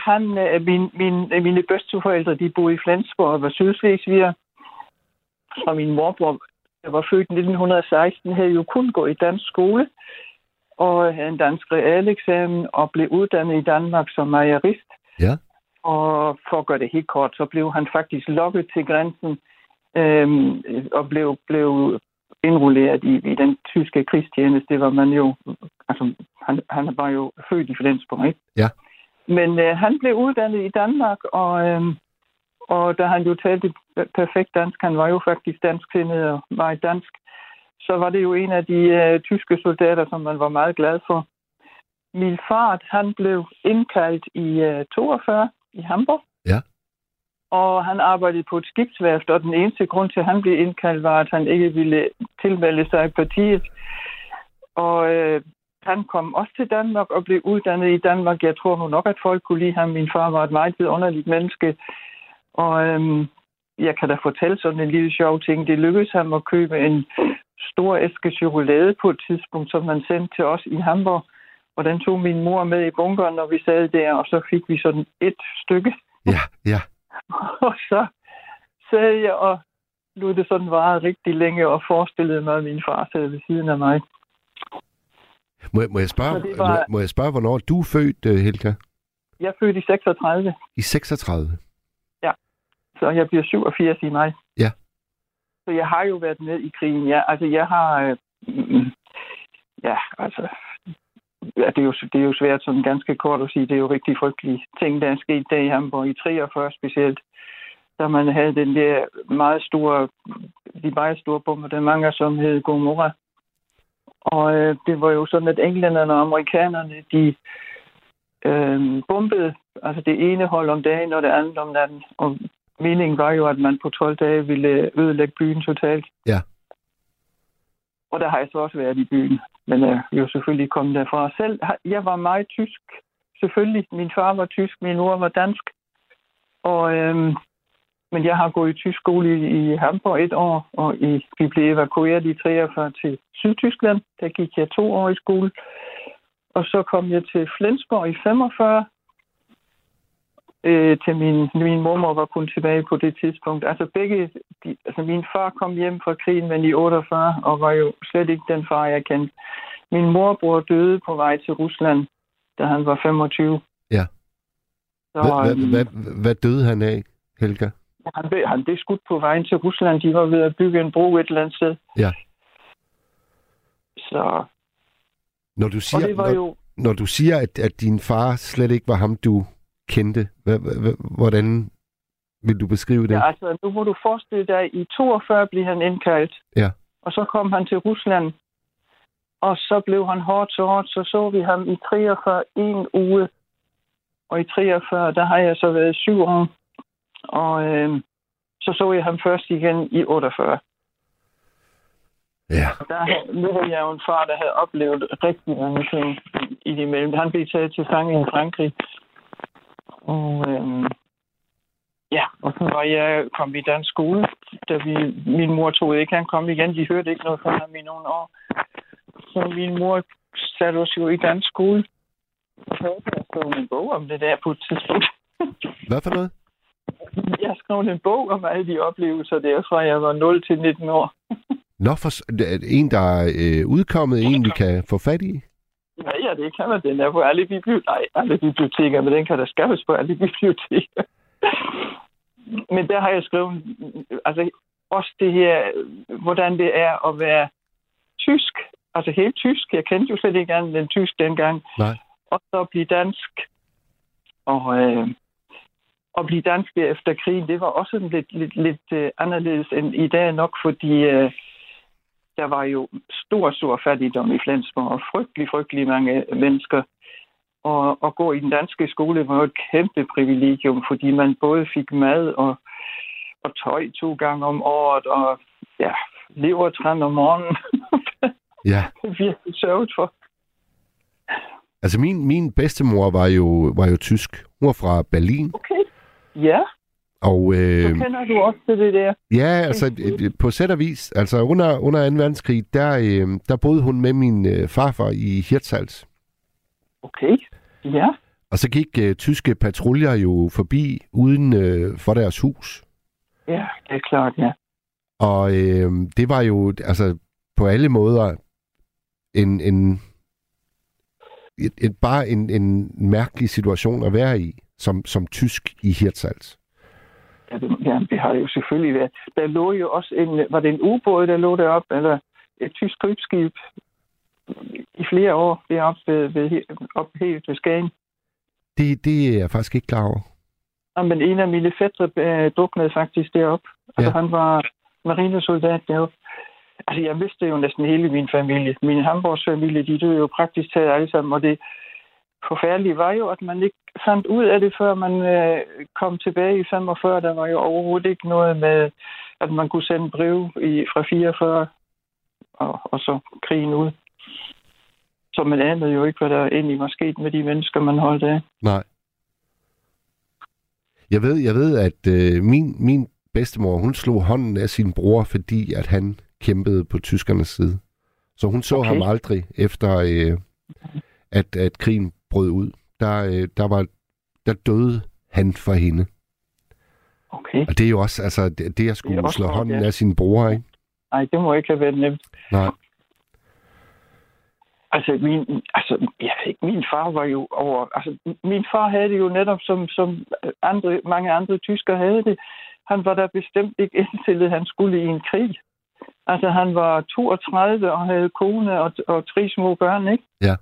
mine bedsteforældre, de boede i Flensborg og var sydslesviger. Og min morbror, der var født i 1916, havde jo kun gået i dansk skole og havde en dansk realeksamen og blev uddannet i Danmark som mejerist. Ja. Og for at gøre det helt kort, så blev han faktisk lokket til grænsen og blev indrulleret i den tyske krigstjeneste. Det var man jo, altså han var jo født i Flensborg, ikke? Ja. Men han blev uddannet i Danmark, og da han jo talte perfekt dansk, han var jo faktisk dansksindet og var dansk, så var det jo en af de tyske soldater, som man var meget glad for. Min far, han blev indkaldt i 42 i Hamburg. Ja. Og han arbejdede på et skibsværft, og den eneste grund til, at han blev indkaldt, var, at han ikke ville tilmelde sig partiet. Og han kom også til Danmark og blev uddannet i Danmark. Jeg tror nu nok, at folk kunne lide ham. Min far var et meget underligt menneske. Og jeg kan da fortælle sådan en lille sjov ting. Det lykkedes ham at købe en stor æske chokolade på et tidspunkt, som man sendte til os i Hamburg. Og den tog min mor med i bunkeren, når vi sad der, og så fik vi sådan et stykke. Ja, ja. Og så sad jeg og lod det sådan vare rigtig længe og forestillede mig, at min far sad ved siden af mig. Må jeg spørge, hvornår du er født, Helga? Jeg er født i 36. I 36? Ja. Så jeg bliver 87 i maj. Ja. Så jeg har jo været med i krigen. Ja, altså jeg har... det er jo svært sådan ganske kort at sige. Det er jo rigtig frygtelige ting, der er sket der i Hamburg i 43 specielt. Da man havde den der meget store bombardementer, som hed Gomorra. Og det var jo sådan, at englænderne og amerikanerne, de bombede altså det ene hold om dagen og det andet om natten. Og meningen var jo, at man på 12 dage ville ødelægge byen totalt. Ja. Og der har jeg så også været i byen. Men jeg er jo selvfølgelig kommet derfra selv. Jeg var meget tysk. Selvfølgelig. Min far var tysk, min mor var dansk. Og, men jeg har gået i tysk skole i Hamburg 1 år, og vi blev evakueret i 43 til Sydtyskland. Der gik jeg 2 år i skole. Og så kom jeg til Flensborg i 45. Til min mormor var kun tilbage på det tidspunkt. Altså min far kom hjem fra krigen, men i 48, og var jo slet ikke den far, jeg kendte. Min morbror døde på vej til Rusland, da han var 25. Ja. Hvad døde han af, Helga? Han blev skudt på vejen til Rusland. De var ved at bygge en bro et eller andet sted. Ja. Så... Når du siger, at din far slet ikke var ham, du kendte, hvordan vil du beskrive det? Ja, altså, nu må du forestille dig, i 42 blev han indkaldt. Ja. Og så kom han til Rusland. Og så blev han hårdt såret. Så vi ham i 43 en uge. Og i 43, der har jeg så været 7 år. Og så jeg ham først igen i 48. Ja. Nu var jeg jo en far, der havde oplevet rigtig mange ting i det mellem. Han blev taget til fange i Frankrig. Og ja, Og så var jeg kom i dansk skole, da min mor troede ikke, han kom igen. De hørte ikke noget fra ham i nogle år. Så min mor satte os jo i dansk skole. Og så jeg skrev en bog om det der på et tidspunkt. Hvad for noget? Jeg skrev en bog om alle de oplevelser derfra, jeg var 0 til 19 år. Nå, en, der er udkommet, en vi kan få fat i? Ja, det kan man. Den er på alle biblioteker, men den kan der skaffes på alle biblioteker. Men der har jeg skrevet, altså også det her, hvordan det er at være tysk. Altså helt tysk. Jeg kendte jo slet ikke andet end tysk dengang. Nej. Og så blive dansk. Og blive dansk efter krigen, det var også lidt anderledes end i dag nok, fordi der var jo stor fattigdom i Flensborg, og frygtelig mange mennesker. Og at gå i den danske skole var jo et kæmpe privilegium, fordi man både fik mad og tøj 2 gange om året, og ja, levertræn om morgenen. Ja. Det er virkelig sørget for. Altså min bedstemor var jo tysk. Hun var fra Berlin. Okay. Ja. Og så kender du også til det der. Ja, altså på sæt og vis. Altså under 2. verdenskrig, der boede hun med min farfar i Hirtshals. Okay. Ja. Og så gik tyske patruljer jo forbi uden for deres hus. Ja, det er klart, ja. Og det var jo altså på alle måder bare en mærkelig situation at være i som tysk i Hirtshals. Ja, det har det jo selvfølgelig været. Der lå jo også var det en ubåd, der lå deroppe, eller et tysk krybskib i flere år deroppe helt ved Skagen. Det er jeg faktisk ikke klar over. Ja, men en af mine fætre druknede faktisk deroppe. Altså han var marinesoldat deroppe. Altså jeg vidste jo næsten hele min familie. Min Hamburgs familie, de døde jo praktisk taget alle sammen, og det forfærdelige var jo, at man ikke fandt ud af det, før man kom tilbage i 45. Der var jo overhovedet ikke noget med, at man kunne sende brev fra 44 og så krigen ud. Så man anede jo ikke, hvad der egentlig var sket med de mennesker, man holdt af. Nej. Jeg ved, at min bedstemor, hun slog hånden af sin bror, fordi at han kæmpede på tyskernes side. Så hun så ham aldrig efter, at krigen brød ud. Der døde han for hende. Okay. Og det er jo også, altså, det at skulle slå hånden af sin bror, ikke? Nej, det må ikke have været nemt. Nej. Altså, min far var jo over... Altså, min far havde det jo netop, som mange andre tyskere havde det. Han var da bestemt ikke indstillet, at han skulle i en krig. Altså, han var 32 og havde kone og 3 små børn, ikke? Ja.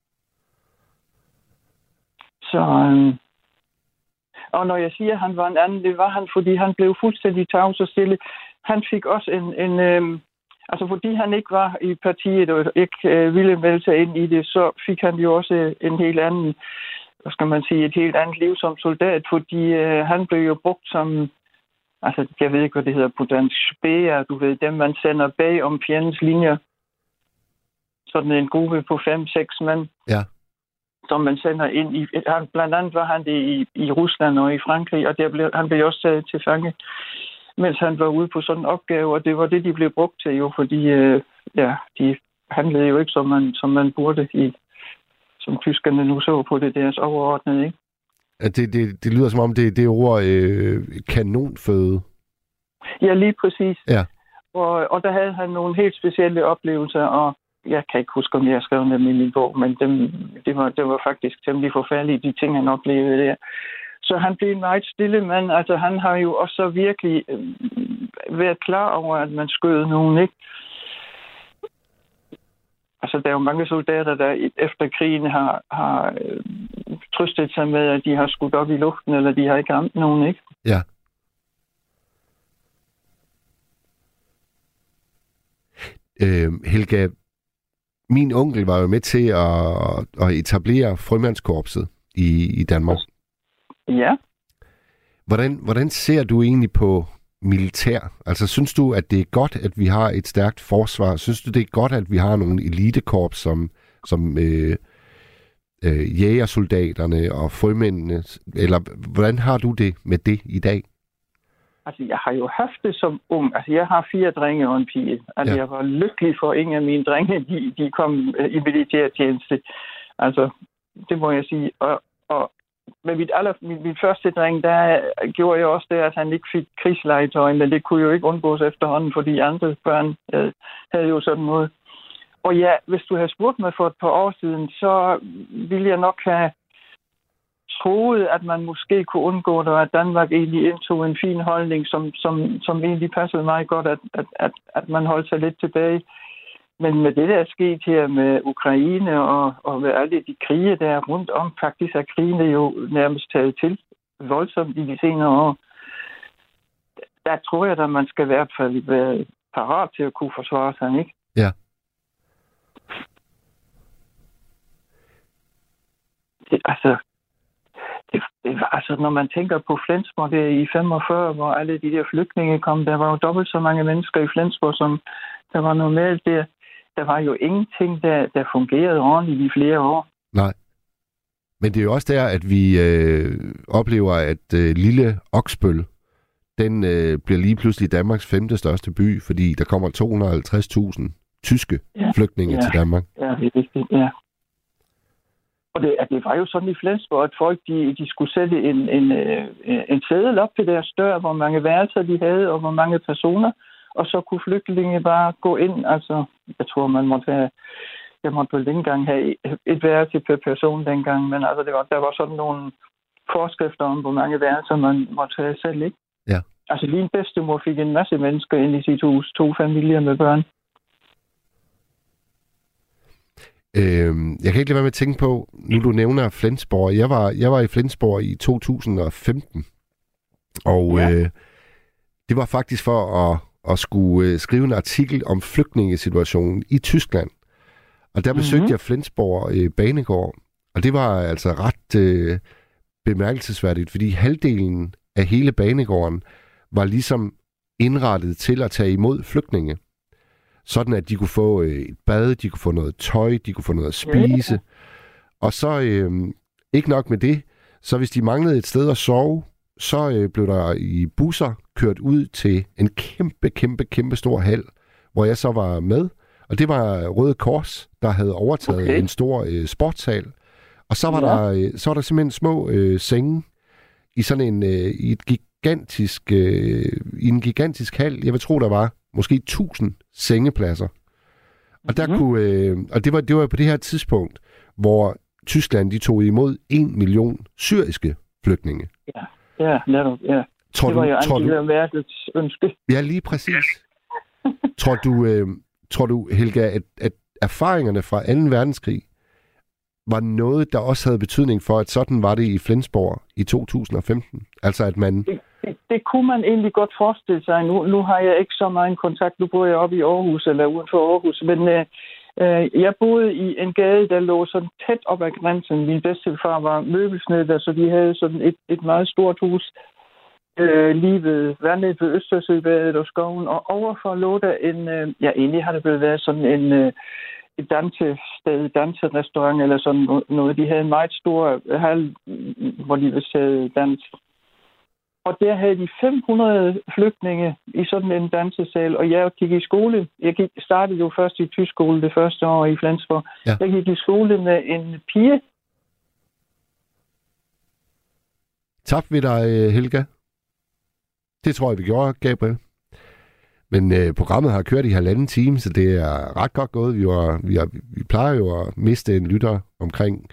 Så... Og når jeg siger, at han var en anden, det var han, fordi han blev fuldstændig tavs og stille. Han fik også altså fordi han ikke var i partiet og ikke ville melde sig ind i det, så fik han jo også en helt anden, hvad skal man sige, et helt andet liv som soldat, fordi han blev jo brugt som, altså jeg ved ikke, hvad det hedder på dansk, spæger, du ved, dem man sender bag om fjendens linjer. Sådan en gruppe på 5-6 mand. Ja. Som man sender ind i. Blandt andet var han det i Rusland og i Frankrig, og han blev også taget til fange, mens han var ude på sådan en opgave, og det var det, de blev brugt til jo, fordi de handlede jo ikke, som man burde, som tyskerne nu så på det deres overordnede, ikke? Det lyder som om, det ord kanonføde. Ja, lige præcis. Ja. Og der havde han nogle helt specielle oplevelser, og jeg kan ikke huske, om jeg skrev dem i min bog, men det var faktisk temmelig forfærdeligt, de ting, han oplevede der. Så han blev en meget stille mand. Altså, han har jo også virkelig været klar over, at man skød nogen, ikke? Altså, der er jo mange soldater, der efter krigen har trøstet sig med, at de har skudt op i luften, eller de har ikke ramt nogen, ikke? Ja. Helga, min onkel var jo med til at etablere frømandskorpset i Danmark. Ja. Hvordan ser du egentlig på militær? Altså, synes du, at det er godt, at vi har et stærkt forsvar? Synes du, det er godt, at vi har nogle elitekorps, som jægersoldaterne og frømændene? Eller hvordan har du det med det i dag? Altså, jeg har jo haft det som ung. Altså, jeg har 4 drenge og en pige. Altså, Ja. jeg var lykkelig for, ingen af mine drenge, de kom i militærtjeneste. Altså, det må jeg sige. Og med min første dreng, der gjorde jeg også det, at han ikke fik krigslegetøj, men det kunne jo ikke undgås efterhånden, fordi andre børn havde jo sådan noget. Og ja, hvis du havde spurgt mig for et par år siden, så ville jeg nok have troede, at man måske kunne undgå det, og at Danmark egentlig indtog en fin holdning, som egentlig passede mig godt, at man holdt sig lidt tilbage. Men med det, der er sket her med Ukraine og med alle de krige, der er rundt om, faktisk er krigene jo nærmest taget til voldsomt i de senere år. Der tror jeg, at man skal i hvert fald være parat til at kunne forsvare sig, ikke? Ja. Altså, når man tænker på Flensborg, det er i 45, hvor alle de der flygtninge kom, der var jo dobbelt så mange mennesker i Flensborg, som der var normalt der. Der var jo ingenting, der fungerede ordentligt i flere år. Nej. Men det er jo også der, at vi oplever, at lille Oksbøl, den bliver lige pludselig Danmarks 5. største by, fordi der kommer 250.000 tyske flygtninge til Danmark. Ja, det er rigtigt, ja. Og det var jo sådan i Flensborg, at folk de skulle sætte en seddel op til deres dør, hvor mange værelser de havde, og hvor mange personer, og så kunne flygtninge bare gå ind. Altså, jeg tror, jeg måtte vel ikke engang have et værelse per person dengang, men altså, der var sådan nogle forskrifter om, hvor mange værelser man måtte have selv, ikke? Ja. Altså, min bedstemor fik en masse mennesker ind i sit hus, 2 familier med børn. Jeg kan ikke lade være med at tænke på, nu du nævner Flensborg. Jeg var i Flensborg i 2015, og det var faktisk for at skulle skrive en artikel om flygtningesituationen i Tyskland. Og der besøgte jeg Flensborg banegård, og det var altså ret bemærkelsesværdigt, fordi halvdelen af hele banegården var ligesom indrettet til at tage imod flygtninge. Sådan at de kunne få et bad, de kunne få noget tøj, de kunne få noget at spise. Ja. Og så ikke nok med det, så hvis de manglede et sted at sove, så blev der i busser kørt ud til en kæmpe stor hal, hvor jeg så var med. Og det var Røde Kors, der havde overtaget en stor sportshal. Og så var der simpelthen små senge i sådan i en gigantisk hal. Jeg vil tro, der var måske 1000 sengepladser. Og der kunne, og det var på det her tidspunkt, hvor Tyskland de tog imod 1 million syriske flygtninge. Ja, netop, ja. Det var jo Angela Merkels ønske. Ja, lige præcis. Tror du, Helga, at erfaringerne fra 2. verdenskrig var noget, der også havde betydning for, at sådan var det i Flensborg i 2015? Altså, at man... Det kunne man egentlig godt forestille sig. Nu har jeg ikke så meget kontakt. Nu bor jeg oppe i Aarhus, eller uden for Aarhus. Men jeg boede i en gade, der lå sådan tæt op ad grænsen. Min bedstefar var møbelsnedker, så de havde sådan et meget stort hus lige ved vandet ved Østersøbadet og skoven. Og overfor lå der egentlig har det blevet været sådan et dansested, danserestaurant eller sådan noget. De havde en meget stor hal, hvor de ville sætte dans. Og der havde de 500 flygtninge i sådan en dansesal, og jeg gik i skole. Jeg startede jo først i tysk skole det første år i Flensborg. Ja. Jeg gik i skole med en pige. Tabte vi dig, Helga? Det tror jeg, vi gjorde, Gabriel. Men programmet har kørt i 1,5 time, så det er ret godt gået. Vi plejer jo at miste en lytter omkring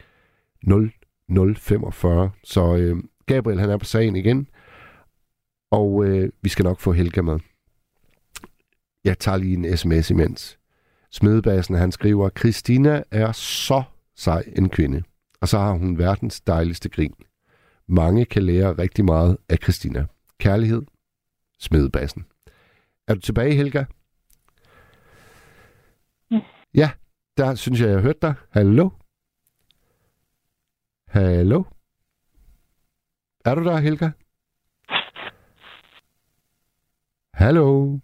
00:45. Så Gabriel, han er på sagen igen. Og vi skal nok få Helga med. Jeg tager lige en sms imens. Smedebassen, han skriver, Christina er så sej en kvinde. Og så har hun verdens dejligste grin. Mange kan lære rigtig meget af Christina. Kærlighed, Smedebassen. Er du tilbage, Helga? Ja, der synes jeg hørte dig. Hallo? Hallo? Er du der, Helga? Hallo?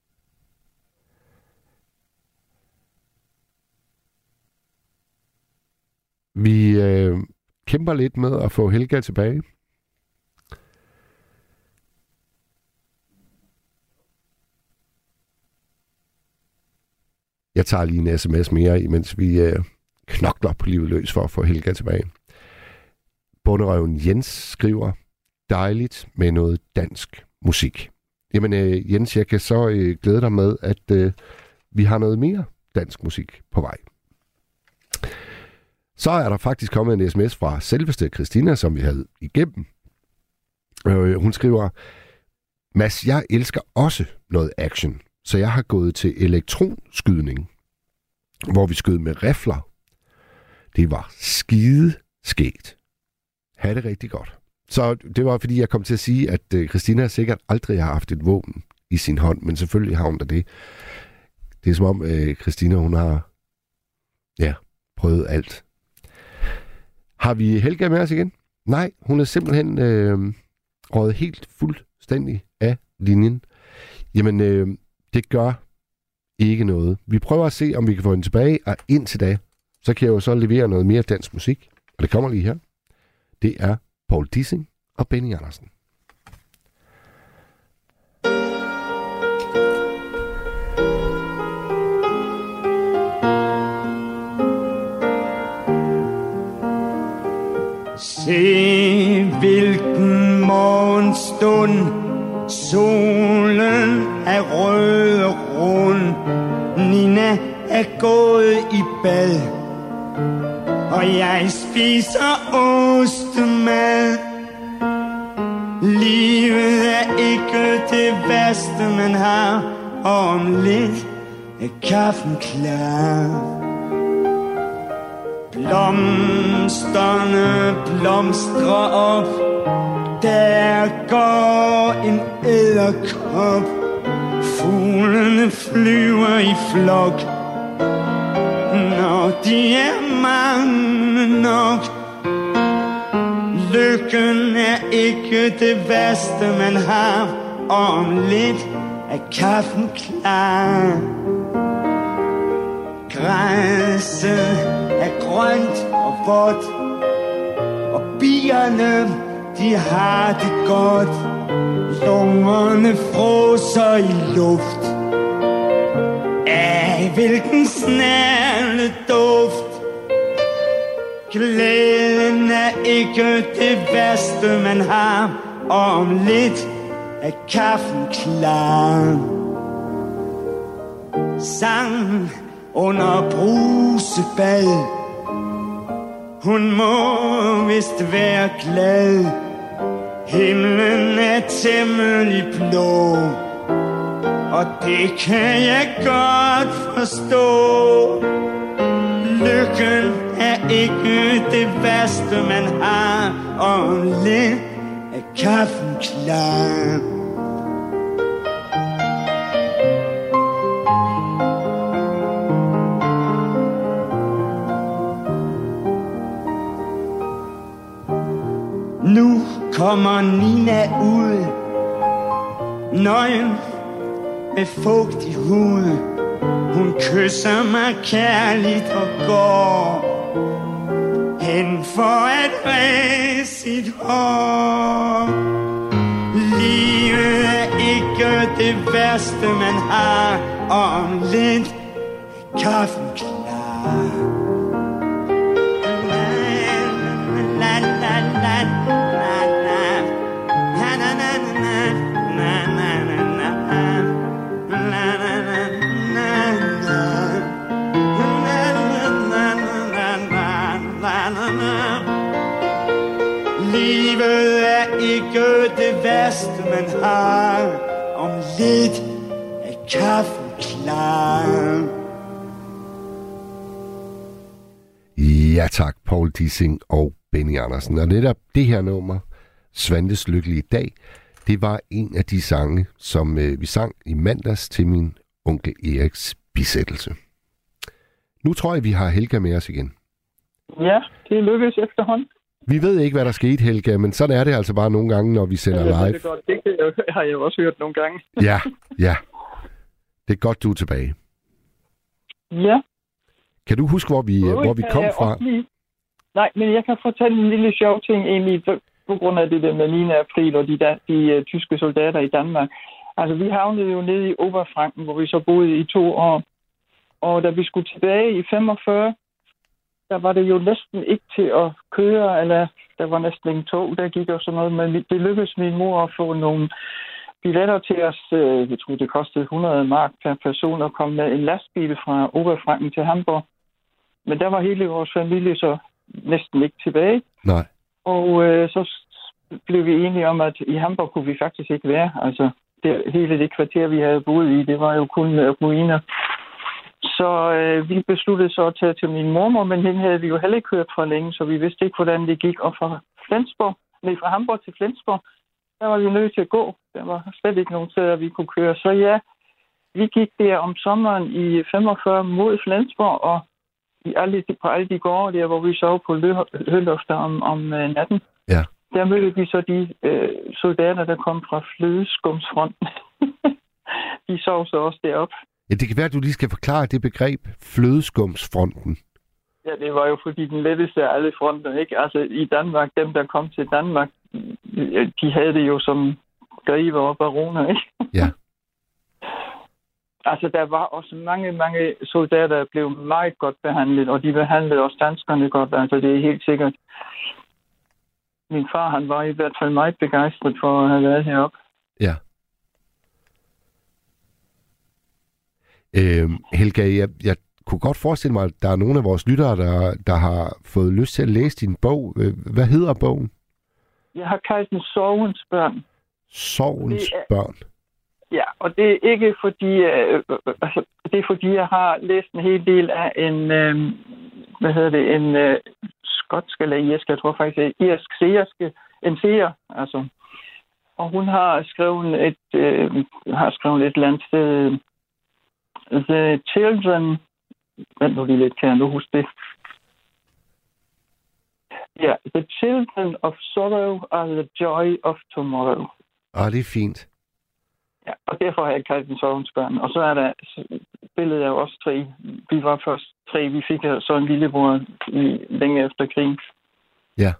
Vi kæmper lidt med at få Helga tilbage. Jeg tager lige en sms mere, imens vi knokler på livet løs for at få Helga tilbage. Bonderøven Jens skriver, dejligt med noget dansk musik. Jamen Jens, jeg kan så glæde dig med, at vi har noget mere dansk musik på vej. Så er der faktisk kommet en sms fra selveste Christina, som vi havde igennem. Hun skriver, Mads, jeg elsker også noget action, så jeg har gået til elektronskydning, hvor vi skød med rifler. Det var skide skægt. Ha' det rigtig godt. Så det var, fordi jeg kom til at sige, at Christina sikkert aldrig har haft et våben i sin hånd, men selvfølgelig har hun da det. Det er som om, Christina, hun har prøvet alt. Har vi Helga med os igen? Nej, hun er simpelthen røget helt fuldstændig af linjen. Jamen, det gør ikke noget. Vi prøver at se, om vi kan få hende tilbage, og indtil da, så kan jeg jo så levere noget mere dansk musik. Og det kommer lige her. Det er Paul Dissing og Benny Andersen. Se hvilken morgenstund, solen er rød og rund, Nina er gået i bad, og jeg spiser ostemad. Livet er ikke det værste man har, og om lidt er kaffen klar. Blomsterne blomstrer op, der går en edderkop, fuglene flyver i flok, når de er mange nok. Lykken er ikke det værste man har, og om lidt er kaffen klar. Græsset er grønt og vådt, og bierne, de har det godt. Lungerne froser i luft af hvilken snærende duft. Glæden er ikke det værste man har, og om lidt er kaffen klar. Sang under brusebad, hun må vist være glad. Himlen er temmelig blå, og det kan jeg godt forstå. Lykken er ikke det værste man har, og om lidt er kaffen klar. Nu kommer Nina ud, nøgen med fugtig hud. Hun kysser mig kærligt og går hen for at ræse sit hår. Livet er ikke det værste man har, og om lidt kaffen klar. Livet er ikke det værste man har, om lidt er kaffen klar. Ja tak, Paul Dissing og Benny Andersen. Og netop det her nummer, Svantes Lykkelige Dag, det var en af de sange, som vi sang i mandags til min onkel Eriks bisættelse. Nu tror jeg, vi har Helga med os igen. Ja, det lykkedes efterhånden. Vi ved ikke, hvad der skete, Helga, men sådan er det altså bare nogle gange, når vi sender live. Det, godt. Det har jeg også hørt nogle gange. Ja. Det er godt, du er tilbage. Ja. Kan du huske, hvor vi kom fra? Nej, men jeg kan fortælle en lille sjov ting egentlig, på grund af det der med 9. april og de tyske soldater i Danmark. Altså, vi havnede jo nede i Oberfranken, hvor vi så boede i 2 år. Og da vi skulle tilbage i 45, der var det jo næsten ikke til at køre, eller der var næsten ingen tog, der gik og sådan noget. Men det lykkedes min mor at få nogle billetter til os. Jeg tror, det kostede 100 mark per person at komme med en lastbil fra Oberfranken til Hamburg. Men der var hele vores familie så næsten ikke tilbage. Nej. Og så blev vi enige om, at i Hamburg kunne vi faktisk ikke være. Altså, hele det kvarter, vi havde boet i, det var jo kun ruiner. Så vi besluttede så at tage til min mormor, men hende havde vi jo heller ikke hørt fra længe, så vi vidste ikke, hvordan det gik. Og fra Hamburg til Flensborg, der var vi nødt til at gå. Der var slet ikke nogen steder, vi kunne køre. Så ja, vi gik der om sommeren i 45 mod Flensborg, og på alle de gårde der, hvor vi sov på hølofter om natten. Ja. Der mødte vi så de soldater, der kom fra flødeskumsfronten. De sov så også deroppe. Ja, det kan være, at du lige skal forklare det begreb, flødeskumsfronten. Ja, det var jo fordi den letteste af alle fronter, ikke? Altså i Danmark, dem der kom til Danmark, de havde det jo som grever og baroner, ikke? Ja. Altså der var også mange soldater, der blev meget godt behandlet, og de behandlede også danskerne godt, altså det er helt sikkert. Min far, han var i hvert fald meget begejstret for at have været heroppe. Ja. Helga, jeg kunne godt forestille mig, at der er nogle af vores lyttere, der har fået lyst til at læse din bog. Hvad hedder bogen? Jeg har kaldt den Sorgens børn. Sorgens børn? Ja, og det er ikke fordi, det er fordi, jeg har læst en hel del af en, en skotsk eller irsk, jeg tror faktisk det er irsk seer, altså. Og hun har skrevet et eller andet sted, The Children, vent nu lige lidt, kan jeg nu huske det. Ja, The Children of Sorrow are the joy of tomorrow. Ah, det er fint. Ja, og derfor har jeg kaldt den Sorgens børn. Og så er der billedet af os 3. Vi var først 3. Vi fik så en lillebror længe efter krigen. Ja.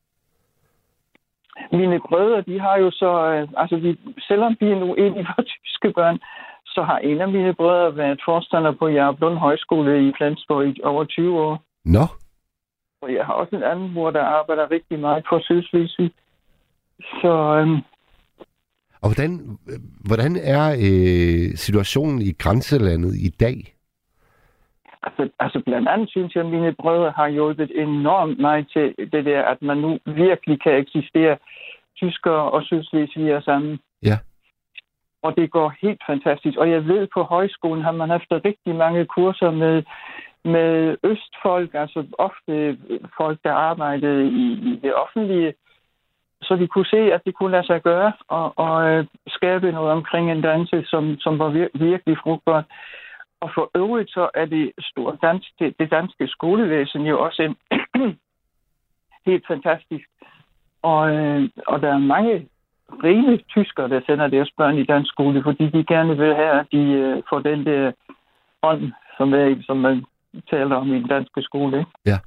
Mine brødre, de har jo så... selvom vi nu egentlig var tyske børn, så har en af mine brødre været forstander på Jarup Lund Højskole i Flensborg i over 20 år. Nå. Og jeg har også en anden bror, der arbejder rigtig meget på Sydslesvig. Så... Og hvordan er situationen i grænselandet i dag? Altså blandt andet synes jeg, at mine brødre har hjulpet enormt meget til det der, at man nu virkelig kan eksistere tyskere og sydslesvigere sammen. Ja. Og det går helt fantastisk. Og jeg ved, på højskolen har man haft rigtig mange kurser med østfolk, altså ofte folk, der arbejdede i det offentlige, så de kunne se, at det kunne lade sig gøre og skabe noget omkring en danse, som var virkelig frugtbart. Og for øvrigt så er det danske skolevæsen jo også helt fantastisk. Og der er mange rige tyskere, der sender deres børn i dansk skole, fordi de gerne vil have, at de får den der ånd, som man taler om i den danske skole. Ikke? Ja.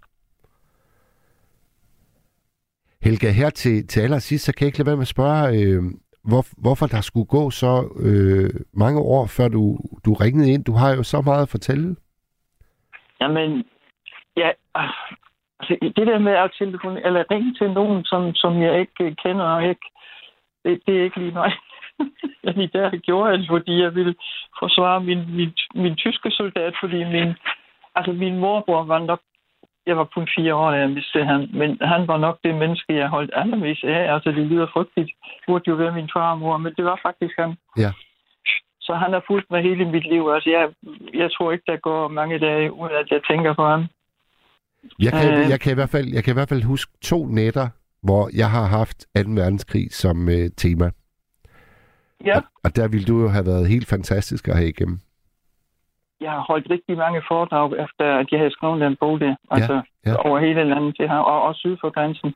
Helga, her til allersidst, så kan jeg ikke lade være med at spørge, hvorfor der skulle gå så mange år, før du ringede ind. Du har jo så meget at fortælle. Jamen, ja, altså, det der med at ringe til nogen, som jeg ikke kender, og det er ikke lige mig. Der gjorde jeg det, fordi jeg ville forsvare min tyske soldat, fordi min morbror var nok, jeg var kun 4 år, da jeg mistede ham, men han var nok det menneske, jeg holdt allermest af. Altså, det lyder frygteligt. Det burde jo være min far og mor, men det var faktisk ham. Ja. Så han har fulgt mig hele mit liv. Altså, jeg tror ikke, der går mange dage ud, at jeg tænker på ham. Jeg kan i hvert fald huske 2 nætter, hvor jeg har haft 2. verdenskrig som tema. Ja. Og der ville du jo have været helt fantastisk at have igennem. Jeg har holdt rigtig mange foredrag, efter at jeg havde skrevet den bog der. Altså over hele landet til her, og syd for grænsen.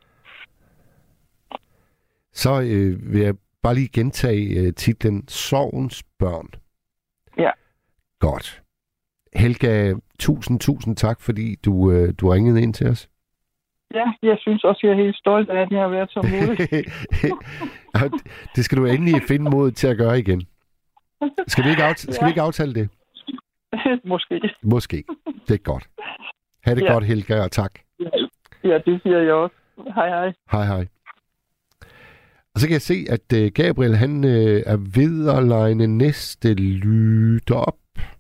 Så vil jeg bare lige gentage titlen Sorgens børn. Ja. Godt. Helga, tusind tak, fordi du ringede ind til os. Ja, jeg synes også, jeg er helt stolt af, at jeg har været så muligt. Det skal du endelig finde mod til at gøre igen. Skal vi ikke aftale det? Måske. Måske. Det er godt. Ha' det godt, Helga, og tak. Ja, det siger jeg også. Hej, hej. Hej, hej. Og så kan jeg se, at Gabriel, han er ved at line næste lytter op.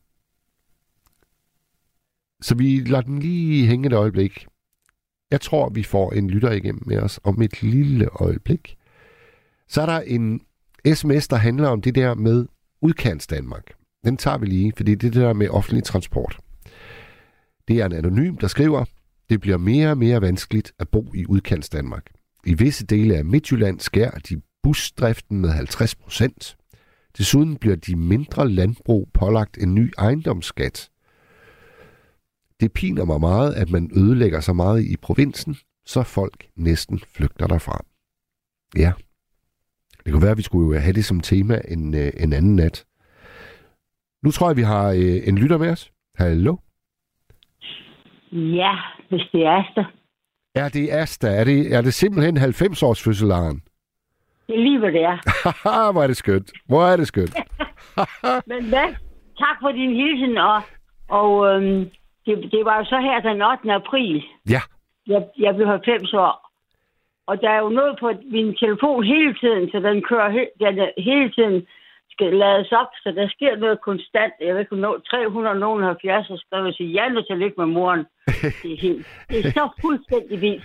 Så vi lader den lige hænge et øjeblik. Jeg tror, vi får en lytter igennem med os om et lille øjeblik. Så er der en sms, der handler om det der med udkants Danmark. Den tager vi lige, fordi det er det der med offentlig transport. Det er en anonym, der skriver, det bliver mere og mere vanskeligt at bo i udkants Danmark. I visse dele af Midtjylland skærer de busdriften med 50%. Desuden bliver de mindre landbrug pålagt en ny ejendomsskat. Det piner mig meget, at man ødelægger så meget i provinsen, så folk næsten flygter derfra. Ja, det kunne være, at vi skulle have det som tema en anden nat. Nu tror jeg, vi har en lytter med os. Hallo? Ja, hvis det er Asta. Ja, det er Asta. Er det simpelthen 90-års fødselaren? Det er lige, hvad det er. Haha, hvor er det skønt. Hvor er det skønt. Men hvad? Tak for din hilsen, og det var jo så her den 8. april. Ja. Jeg blev 90 år. Og der er jo noget på min telefon hele tiden, så den kører hele tiden skal lades op, så der sker noget konstant. Jeg ved ikke, 370 og skrevet til Janne til ligge med moren. Det er så fuldstændig vildt.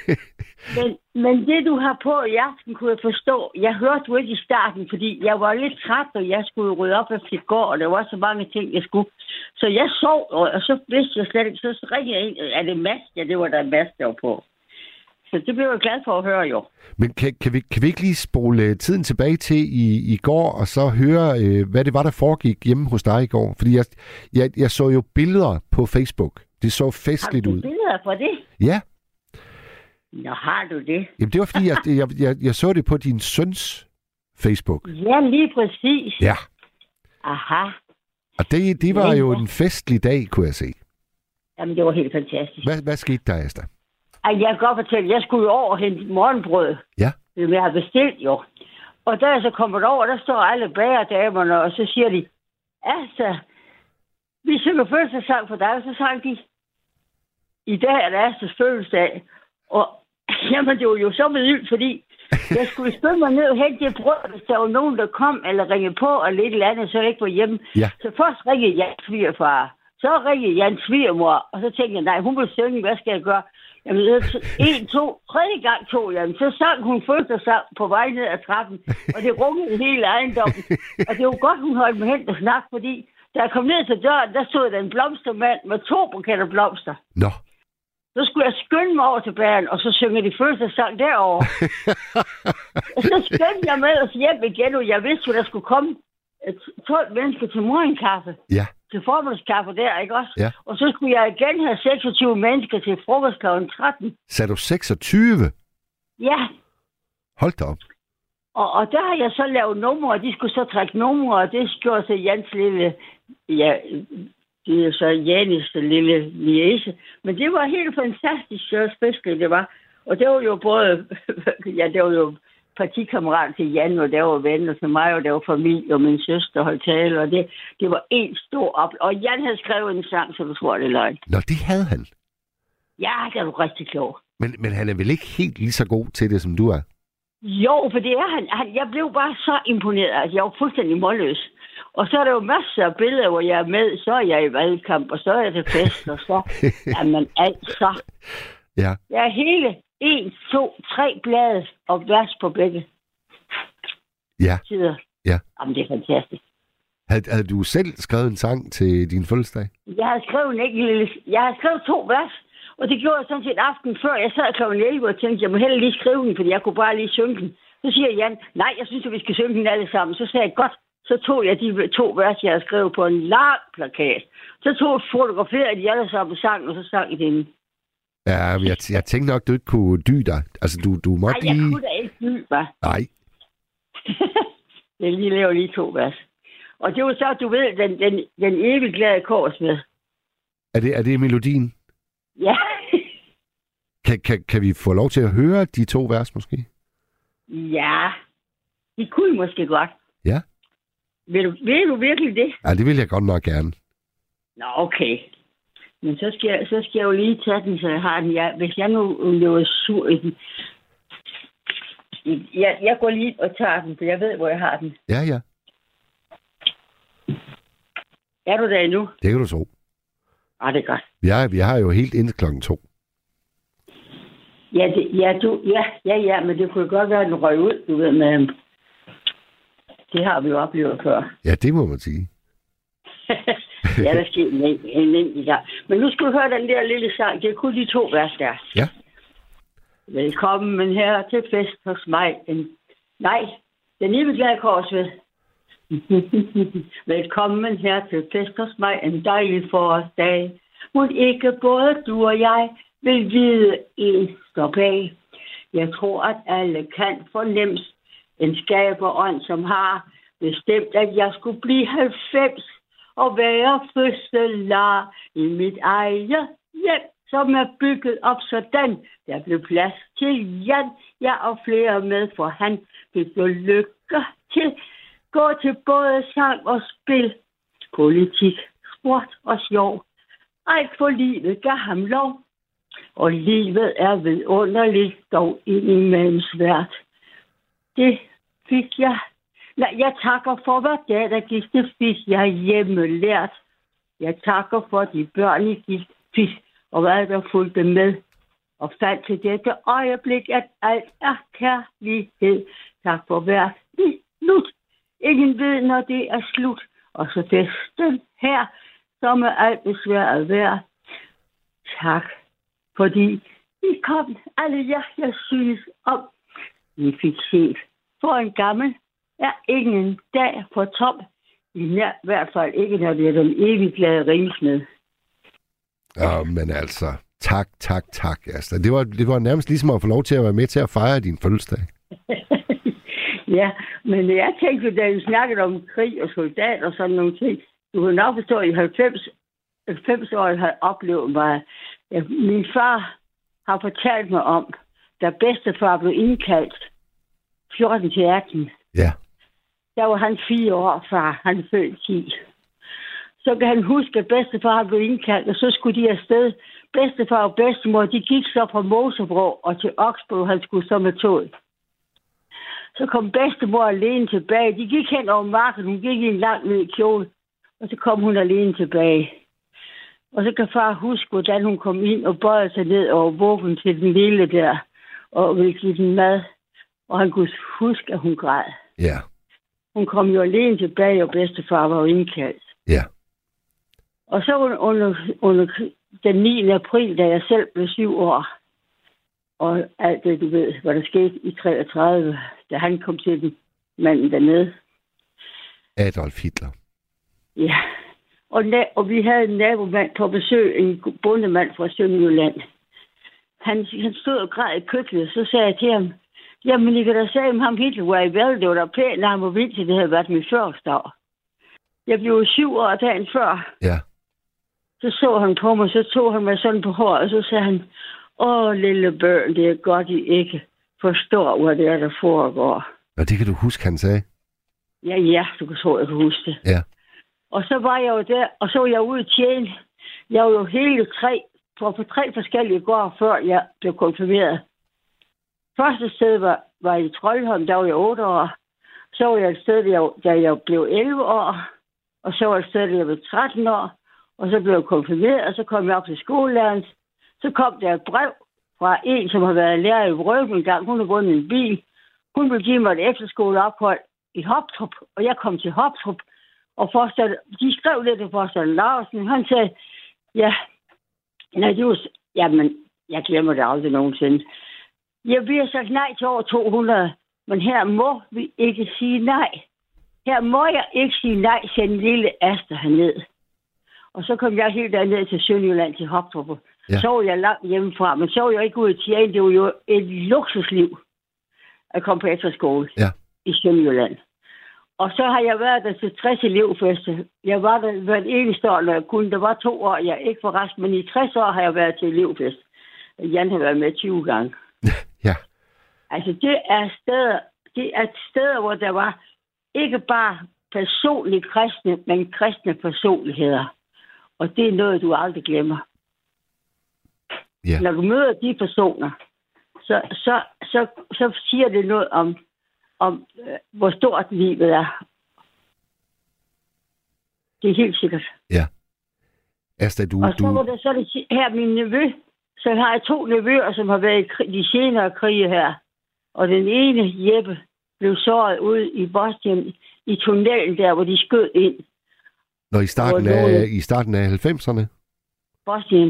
Men det, du har på i aften, kunne jeg forstå. Jeg hørte du ikke i starten, fordi jeg var lidt træt, og jeg skulle rydde op efter i går, og der var så mange ting, jeg skulle. Så jeg sov, og så vidste jeg slet ikke. Så ringede jeg ind. Er det Mads? Ja, det var der Mads, der var på. Så det blev jeg glad for at høre, jo. Men kan vi ikke lige spole tiden tilbage til i går, og så høre, hvad det var, der foregik hjemme hos dig i går? Fordi jeg så jo billeder på Facebook. Det så festligt ud. Har du billeder for det? Ja. Nå, har du det? Jamen, det var fordi, jeg så det på din søns Facebook. Ja, lige præcis. Ja. Aha. Og det var jo en festlig dag, kunne jeg se. Jamen, det var helt fantastisk. Hvad skete der, Asta? Jeg kan godt fortælle, jeg skulle jo over og hente morgenbrød. Ja. Som jeg har bestilt, jo. Og da jeg så kommer over, der står alle bagerdamerne, og så siger de, Asta, vi synger fødselsdagssang for dig, og så sang de, i dag er det Astas fødselsdag. Og jamen, det var jo så vildt, fordi jeg skulle skynde mig ned og hente det brød, hvis der var nogen, der kom eller ringede på, og lidt eller andet, så jeg ikke var hjemme. Ja. Så først ringede Jans svigerfar. Så ringede Jans svigermor, og så tænkte jeg, nej, hun vil synge, hvad skal jeg gøre? Jamen, 1, 2, 3 gang tog jeg den. Så sang hun fødselsdag på vej ned ad trappen, og det rungede hele ejendommen. Og det var godt, hun holdt mig hen og snakke, fordi da jeg kom ned til døren, der stod der en blomstermand med 2 buketter blomster. Nå. Så skulle jeg skynde mig over til bæren, og så synger de fødselsdagssang derovre. Og så skyndte jeg med os hjem igen, og jeg vidste, at der skulle komme 12 mennesker til morgenkaffe. Ja. Til formidagskaffe der, ikke også? Ja. Og så skulle jeg igen have 26 mennesker til frokost kl. 13. Sagde du 26? Ja. Hold da op. Og der har jeg så lavet numre, og de skulle så trække numre, og det gjorde så Jans lille, ja, det er så Janis lille niece. Men det var helt fantastisk, så festligt det var. Og det var jo både, ja, det var jo partikammerat til Jan, og der var venner til mig, og der var familie, og min søster holdt tale, og det var en stor op. Og Jan havde skrevet en sang, så du tror, det er løgn. Nå, det havde han. Ja, det var rigtig klog. Men han er vel ikke helt lige så god til det, som du er? Jo, for det er han. Jeg blev bare så imponeret. Altså, jeg var fuldstændig målløs. Og så er der jo masser af billeder, hvor jeg er med. Så er jeg i valgkamp, og så er jeg til fest, og så... Jamen, altså... Ja. Jeg er hele 1, 2, 3 blade og vers på begge sider. Ja. Jamen, det er fantastisk. Havde du selv skrevet en sang til din fødselsdag? Jeg har skrevet 2 vers, og det gjorde jeg sådan set aften før. Jeg sad kl. 11 og tænkte, jeg må hellere lige skrive den, fordi jeg kunne bare lige synge den. Så siger Jan, nej, jeg synes, at vi skal synge den alle sammen. Så sagde jeg, godt. Så tog jeg de 2 vers, jeg havde skrevet på en lang plakat. Så fotograferede de alle sammen sang, og så sang i den. Ja, jeg tænkte nok, du ikke kunne dy dig. Altså, du måtte lige... Nej, jeg kunne da ikke dy mig. Nej. Jeg laver lige 2 vers. Og det var så, du ved, den evigt glade kors med. Er det melodien? Ja. Kan vi få lov til at høre de 2 vers, måske? Ja, det kunne måske godt. Ja. Vil du virkelig det? Ja, det vil jeg godt nok gerne. Nå, okay. Men så skal jeg jo lige tage den, så jeg har den. Hvis jeg nu løber sur i den... Jeg går lige og tager den, for jeg ved, hvor jeg har den. Ja, ja. Er du der endnu? Det kan du tro. Ah, det er godt. Vi har jo helt indtil 2:00. Ja, men det kunne godt være, at den røg ud, du ved, med... Det har vi jo oplevet før. Ja, det må man sige. Ja, der sker en enkelt gang. Men nu skal du høre den der lille sang. Det er kun de 2 vers der. Ja. Velkommen her til fest hos mig. Nej, den er glad Korsved. Velkommen her til fest hos mig. En dejlig forårsdag. Må ikke både du og jeg vil vide en står bag. Jeg tror, at alle kan fornems en skaberånd, som har bestemt, at jeg skulle blive 90 og være fødselar i mit eget hjem, som er bygget op sådan. Der blev plads til Jan, jeg og flere med, for han fik jo lykke til. Gå til både sang og spil, politik, sport og sjov. Alt for livet gav ham lov, og livet er vidunderligt, dog indimellem svært. Det fik jeg. Nej, jeg takker for hver dag, der gik, det fik jeg hjemme lært. Jeg takker for de børn, I fik, og hvad der fulgte med. Og fandt til dette øjeblik, at alt er kærlighed. Tak for hvert minut. Ingen ved, når det er slut. Og så festen her, som er alt besværet værd. Tak, fordi I kom, alle jer, jeg synes om. Vi fik set for en gammel er ingen dag for tom. I hvert fald ikke, når det er den evigt glade ringsmed. Ja, men altså, tak. Altså, det var nærmest ligesom at få lov til at være med til at fejre din fødselsdag. Ja, men jeg tænkte, da vi snakkede om krig og soldater og sådan nogle ting, du kan nok forstå, at i 90 år har oplevet mig. Ja, min far har fortalt mig om, da bedstefar blev indkaldt 14 til 18. Ja. Der var han 4 år, far. Han født 10. Så kan han huske, at bedstefar blev indkaldt, og så skulle de afsted. Bedstefar og bedstemor, de gik så fra Mosebrå og til Oksbro, han skulle så med toget. Så kom bedstemor alene tilbage. De gik hen over marken, hun gik i en lang ned kjole, og så kom hun alene tilbage. Og så kan far huske, hvordan hun kom ind og bøjede sig ned over vuggen til den lille der, og ville give den mad. Og han kunne huske, at hun græd. Ja. Hun kom jo alene tilbage, og bedstefar var jo indkaldt. Ja. Og så under den 9. april, da jeg selv blev 7 år, og alt det, du ved, hvad der skete i 33, da han kom til den manden dernede. Adolf Hitler. Ja. Og vi havde en nabomand på besøg, en bondemand fra Sønderjylland. Han stod og græd i køkkenet, så sagde jeg til ham, jamen, I kan da sige, om ham Hitler var i vel, det var da pænt, når han var vildt til, det havde været min fødselsdag. Jeg blev 7 år dagen før. Ja. Så han på mig, så tog han mig sådan på håret, og så sagde han, lille børn, det er godt, I ikke forstår, hvad det er, der foregår. Og det kan du huske, han sagde? Ja, du kan tro, jeg kan huske det. Ja. Og så var jeg jo der, og så var jeg ude i tjene. Jeg var jo hele 3 forskellige gårde, før jeg blev konfirmeret. Første sted var i Troldholm, der var jeg 8 år. Så var jeg et sted, da jeg blev 11 år. Og så var et sted, da jeg blev 13 år. Og så blev jeg konfirmeret, og så kom jeg op til skolelæreren. Så kom der et brev fra en, som har været lærer i Vrøben en gang. Hun har vundet en bil. Hun ville give mig et efterskoleophold i Hoptrup, og jeg kom til Hoptrup. Og de skrev lidt til forstander Larsen. Han sagde, jeg glemmer det aldrig nogensinde. Vi har sagt nej til over 200, men her må vi ikke sige nej. Her må jeg ikke sige nej, send en lille Aster herned. Og så kom jeg helt derned til Sønderjylland til Hoptrup. Ja. Så var jeg langt hjemmefra, men så var jeg ikke ude i tjene. Det var jo et luksusliv at komme på efterskole i Sønderjylland. Og så har jeg været der til 60 elevfester. Jeg var der hvert eneste år, når jeg kunne. Der var 2 år, jeg ikke var rask, men i 60 år har jeg været til elevfest. Jan har været med 20 gange. Ja. Altså, det er steder, hvor der var ikke bare personlige kristne, men kristne personligheder. Og det er noget, du aldrig glemmer. Ja. Når du møder de personer, så siger det noget om hvor stort livet er. Det er helt sikkert. Ja. Asta, Og så var der så det her min nevø. Så har jeg 2 nevøer, som har været i de senere krige her. Og den ene, Jeppe, blev såret ude i Bosnien i tunnelen der, hvor de skød ind. Når i starten af 90'erne? Bosnien.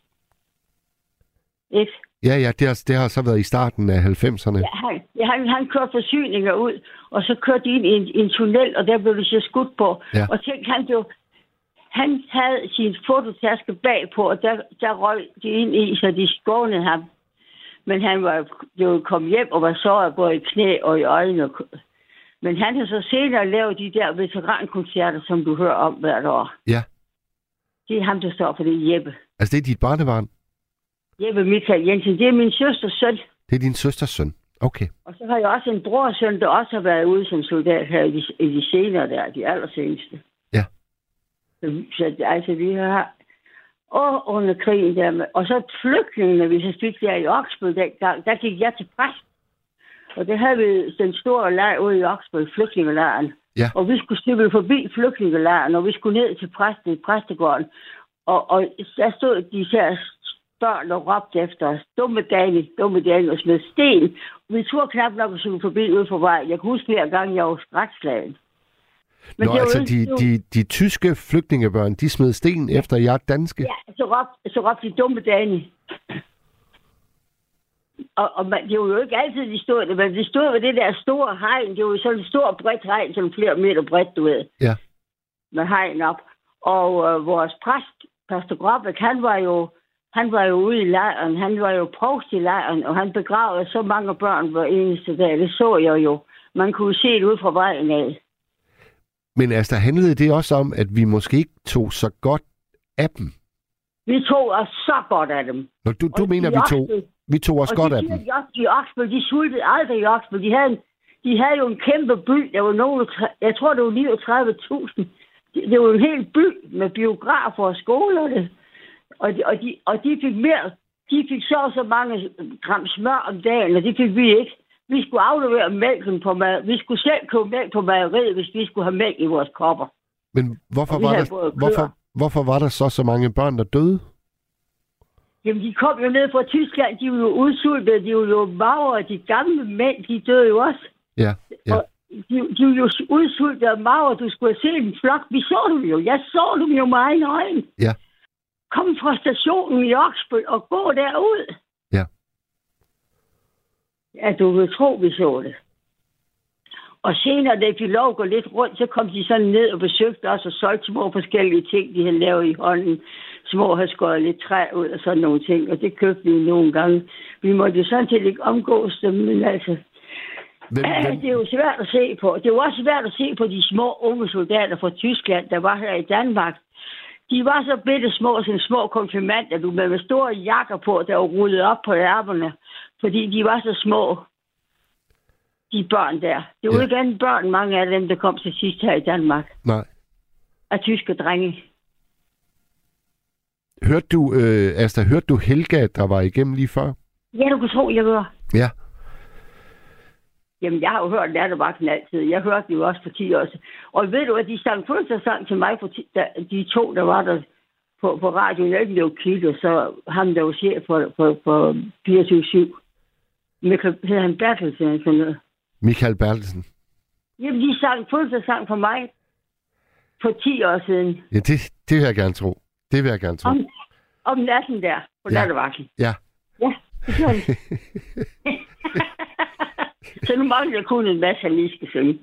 Ikke? Ja, det har så været i starten af 90'erne. Ja, han kørte forsyninger ud, og så kørte de ind i en tunnel, og der blev det så skudt på. Ja. Og tænkte han havde sin fototaske bagpå, og der røg de ind i, så de skånede ham. Men han var jo kommet hjem og var såret både i knæ og i øjne. Men han har så senere lavet de der veterankoncerter, som du hører om hvert år. Ja. Det er ham, der står for det, Jeppe. Altså, det er dit barnebarn? Jeppe Michael Jensen. Det er min søsters søn. Det er din søsters søn? Okay. Og så har jeg også en brorsøn, der også har været ude som soldat her i de senere der, de allerseneste. Ja. Så altså, vi har... Og under krigen der. Og så flygtningene, vi så fik der i Oksbøl dengang, der gik jeg til præst. Og det havde vi den store lejr ude i Oksbøl, flygtningelejren. Ja. Og vi skulle cykle forbi flygtningelejren, og vi skulle ned til præstegården. Og der stod de her børn og råbte efter os. Dumme Dani, og smed sten. Vi turde knap nok at cykle forbi ude på vej. Jeg kan huske flere gange, jeg var skrækslagen. Men altså de tyske flygtningebørn, de smed sten efter jer danske? Ja, så råbte de dumme Dani. Og det var jo ikke altid, de stod der, men de stod ved det der store hegn. Det var jo sådan et stort bredt hegn, sådan flere meter bredt, du ved. Ja. Med hegn op. Og vores præst, Pastor Grobæk, han var jo ude i lejren. Han var jo provst i lejren, og han begravede så mange børn hver eneste dag. Det så jeg jo. Man kunne se det ud fra vejen af. Men altså, handlede det også om, at vi måske ikke tog så godt af dem? Vi tog os så godt af dem. Nå, du mener, vi tog os godt af dem? De Oksbøl, de sultede aldrig i Oksbøl. De havde jo en kæmpe by. Der var nogen, jeg tror, det var 39.000. Det var en hel by med biografer og skoler. Og de fik mere. De fik så mange gram smør om dagen, og det fik vi ikke. Vi skulle aflevere mælken på mad. Vi skulle selv købe mælk på mejeriet, hvis vi skulle have mælk i vores kopper. Men hvorfor var der så mange børn, der døde? Jamen, de kom jo ned fra Tyskland. De var jo udsultede. De var jo magre. De gamle mænd, de døde jo også. Ja. Og de var jo udsultede og magre. Du skulle have set en flok. Vi så dem jo. Jeg så dem jo med egne øjne. Ja. Kom fra stationen i Oksbøl og gå derud. Ja. Ja, du vil tro, vi så det. Og senere, da de lov at gå lidt rundt, så kom de sådan ned og besøgte os og solgte små forskellige ting, de havde lavet i hånden. Små havde skåret lidt træ ud og sådan nogle ting, og det købte vi nogle gange. Vi måtte jo sådan set ikke omgås dem, men altså... Det er jo svært at se på. Det er jo også svært at se på de små unge soldater fra Tyskland, der var her i Danmark. De var så bitte små, som små konfirmander, med store jakker på, der var rullet op på ærmerne, fordi de var så små, de børn der. Det var ikke andet børn, mange af dem, der kom til sidst her i Danmark. Nej. Af tyske drenge. Hørte du Helga, der var igennem lige før? Ja, du kunne tro, jeg hører. Ja. Jamen, jeg har jo hørt Nattevagten altid. Jeg hørte det jo også for 10 år siden. Og ved du, at de sang fødselsdagssang til mig, de 2, der var der på radioen. Jeg blev kigget, så ham, der var chef for 24/7. Hedder han Bertelsen eller sådan noget? Michael Bertelsen. Jamen, de sang fødselsdagssang for mig for 10 år siden. Ja, det vil jeg gerne tro. Det vil jeg gerne tro. Om natten der, på Nattevagten. Ja. Ja, det gjorde de. Så nu mangler jeg kun en masse, han lige skal synge.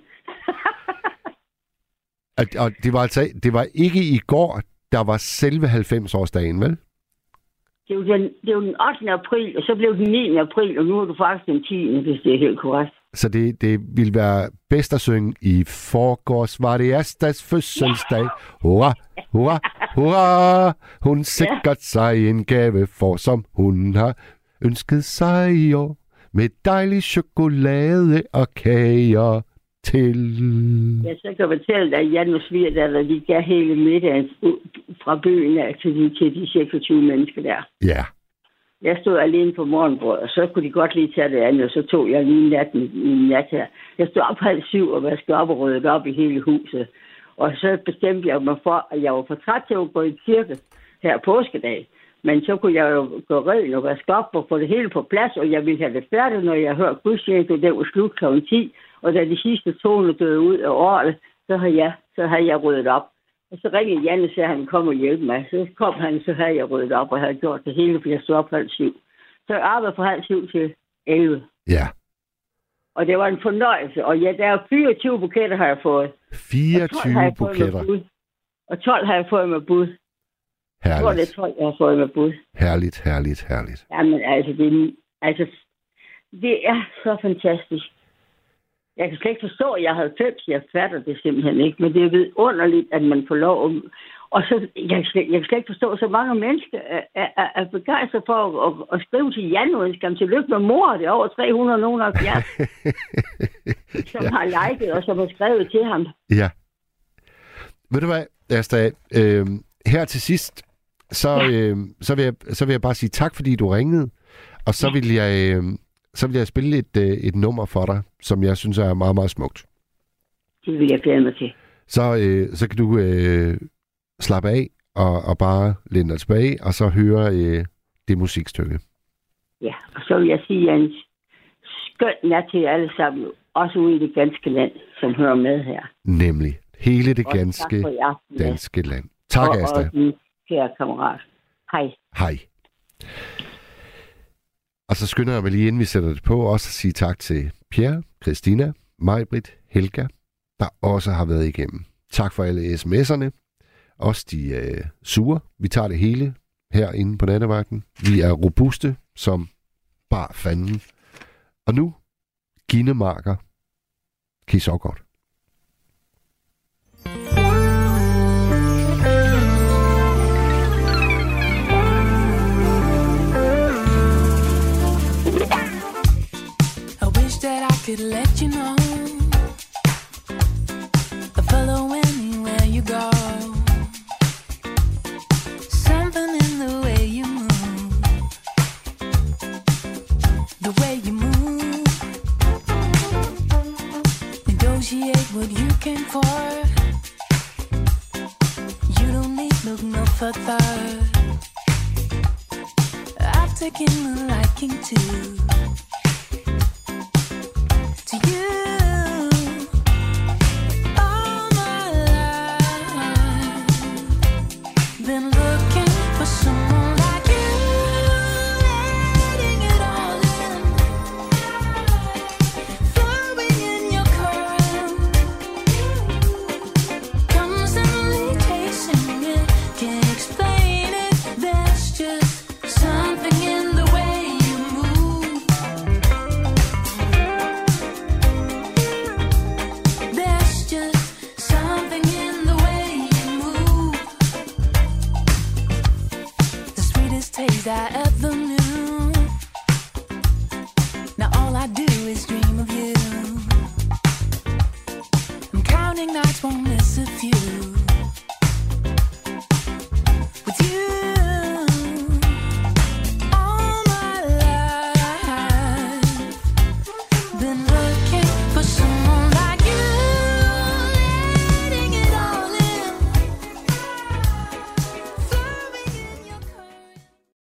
Og det var ikke i går, der var selve 90-årsdagen, vel? Det var den 8. april, og så blev den 9. april, og nu er du faktisk den 10. hvis det er helt korrekt. Så det ville være bedst at synge i forgårs, var det Astas fødselsdag. Hurra, hurra, hurra. Hun sikkert sig en gave for, som hun har ønsket sig i år. Med dejlig chokolade og kager. til... Ja, så kan jeg fortælle dig, at Jan og svigerdatter, de gav hele middagen fra byen af til de 26 mennesker der. Ja. Jeg stod alene på morgenbrød, og så kunne de godt lige tage det andet, og så tog jeg lige en nat her. Jeg stod op 6:30 og vaskede op og ryddede op i hele huset. Og så bestemte jeg mig for, at jeg var for træt til at gå i kirke her påskedag. Men så kunne jeg jo gå ren og vaske op og få det hele på plads, og jeg ville have det færdigt, når jeg hørte gudstjenesten, det var slut kl. 10. Og da de sidste toner døde ud af året, så havde jeg ryddet op. Og så ringede Jan og sagde, at han kom og hjælpe mig. Så kom han, så havde jeg ryddet op og havde gjort det hele, for jeg stod op 6:30. Så jeg arbejdede fra 6:30 til 11. Ja. Og det var en fornøjelse. Og ja, der er 24 buketter, har jeg fået. 24 buketter? Og 12 har jeg fået med bud. Herligt. Jeg tror, det er 12, jeg har fået med bud. Herligt, herligt, herligt. Jamen, det er så fantastisk. Jeg kan slet ikke forstå, at jeg havde 5, jeg fatter det simpelthen ikke, men det er vidunderligt, at man får lov om... Og så, jeg kan slet ikke forstå, så mange mennesker er begejstret for at skrive til Jan, og ønske ham tillykke med mor. Det er over 370, som har liket og som har skrevet til ham. Ja. Ved du hvad, Asta, her til sidst, så vil jeg bare sige tak, fordi du ringede, og så vil jeg spille et nummer for dig, som jeg synes er meget, meget smukt. Det vil jeg glæde mig til. Så kan du slappe af og bare læne dig tilbage, og så høre det musikstykke. Ja, og så vil jeg sige en skøn nat til jer alle sammen, også ude i det ganske land, som hører med her. Nemlig. Hele det ganske danske land. Tak, Asta. Og din kære kammerat. Hej. Hej. Og så skynder jeg mig lige, inden vi sætter det på, også at sige tak til Pierre, Christina, Majbrit, Helga, der også har været igennem. Tak for alle sms'erne. Også de sure. Vi tager det hele herinde på nattevagten. Vi er robuste som bare fanden. Og nu, Gine Marker. Kan I så godt. That I could let you know I follow anywhere you go. Something in the way you move, the way you move. Negotiate what you came for. You don't need look no further. I've taken a liking to you all my life. Been looking for someone like you, letting it all in, flowing in your current, constantly chasing it, can't explain it. There's just something in the way you move. I ever knew.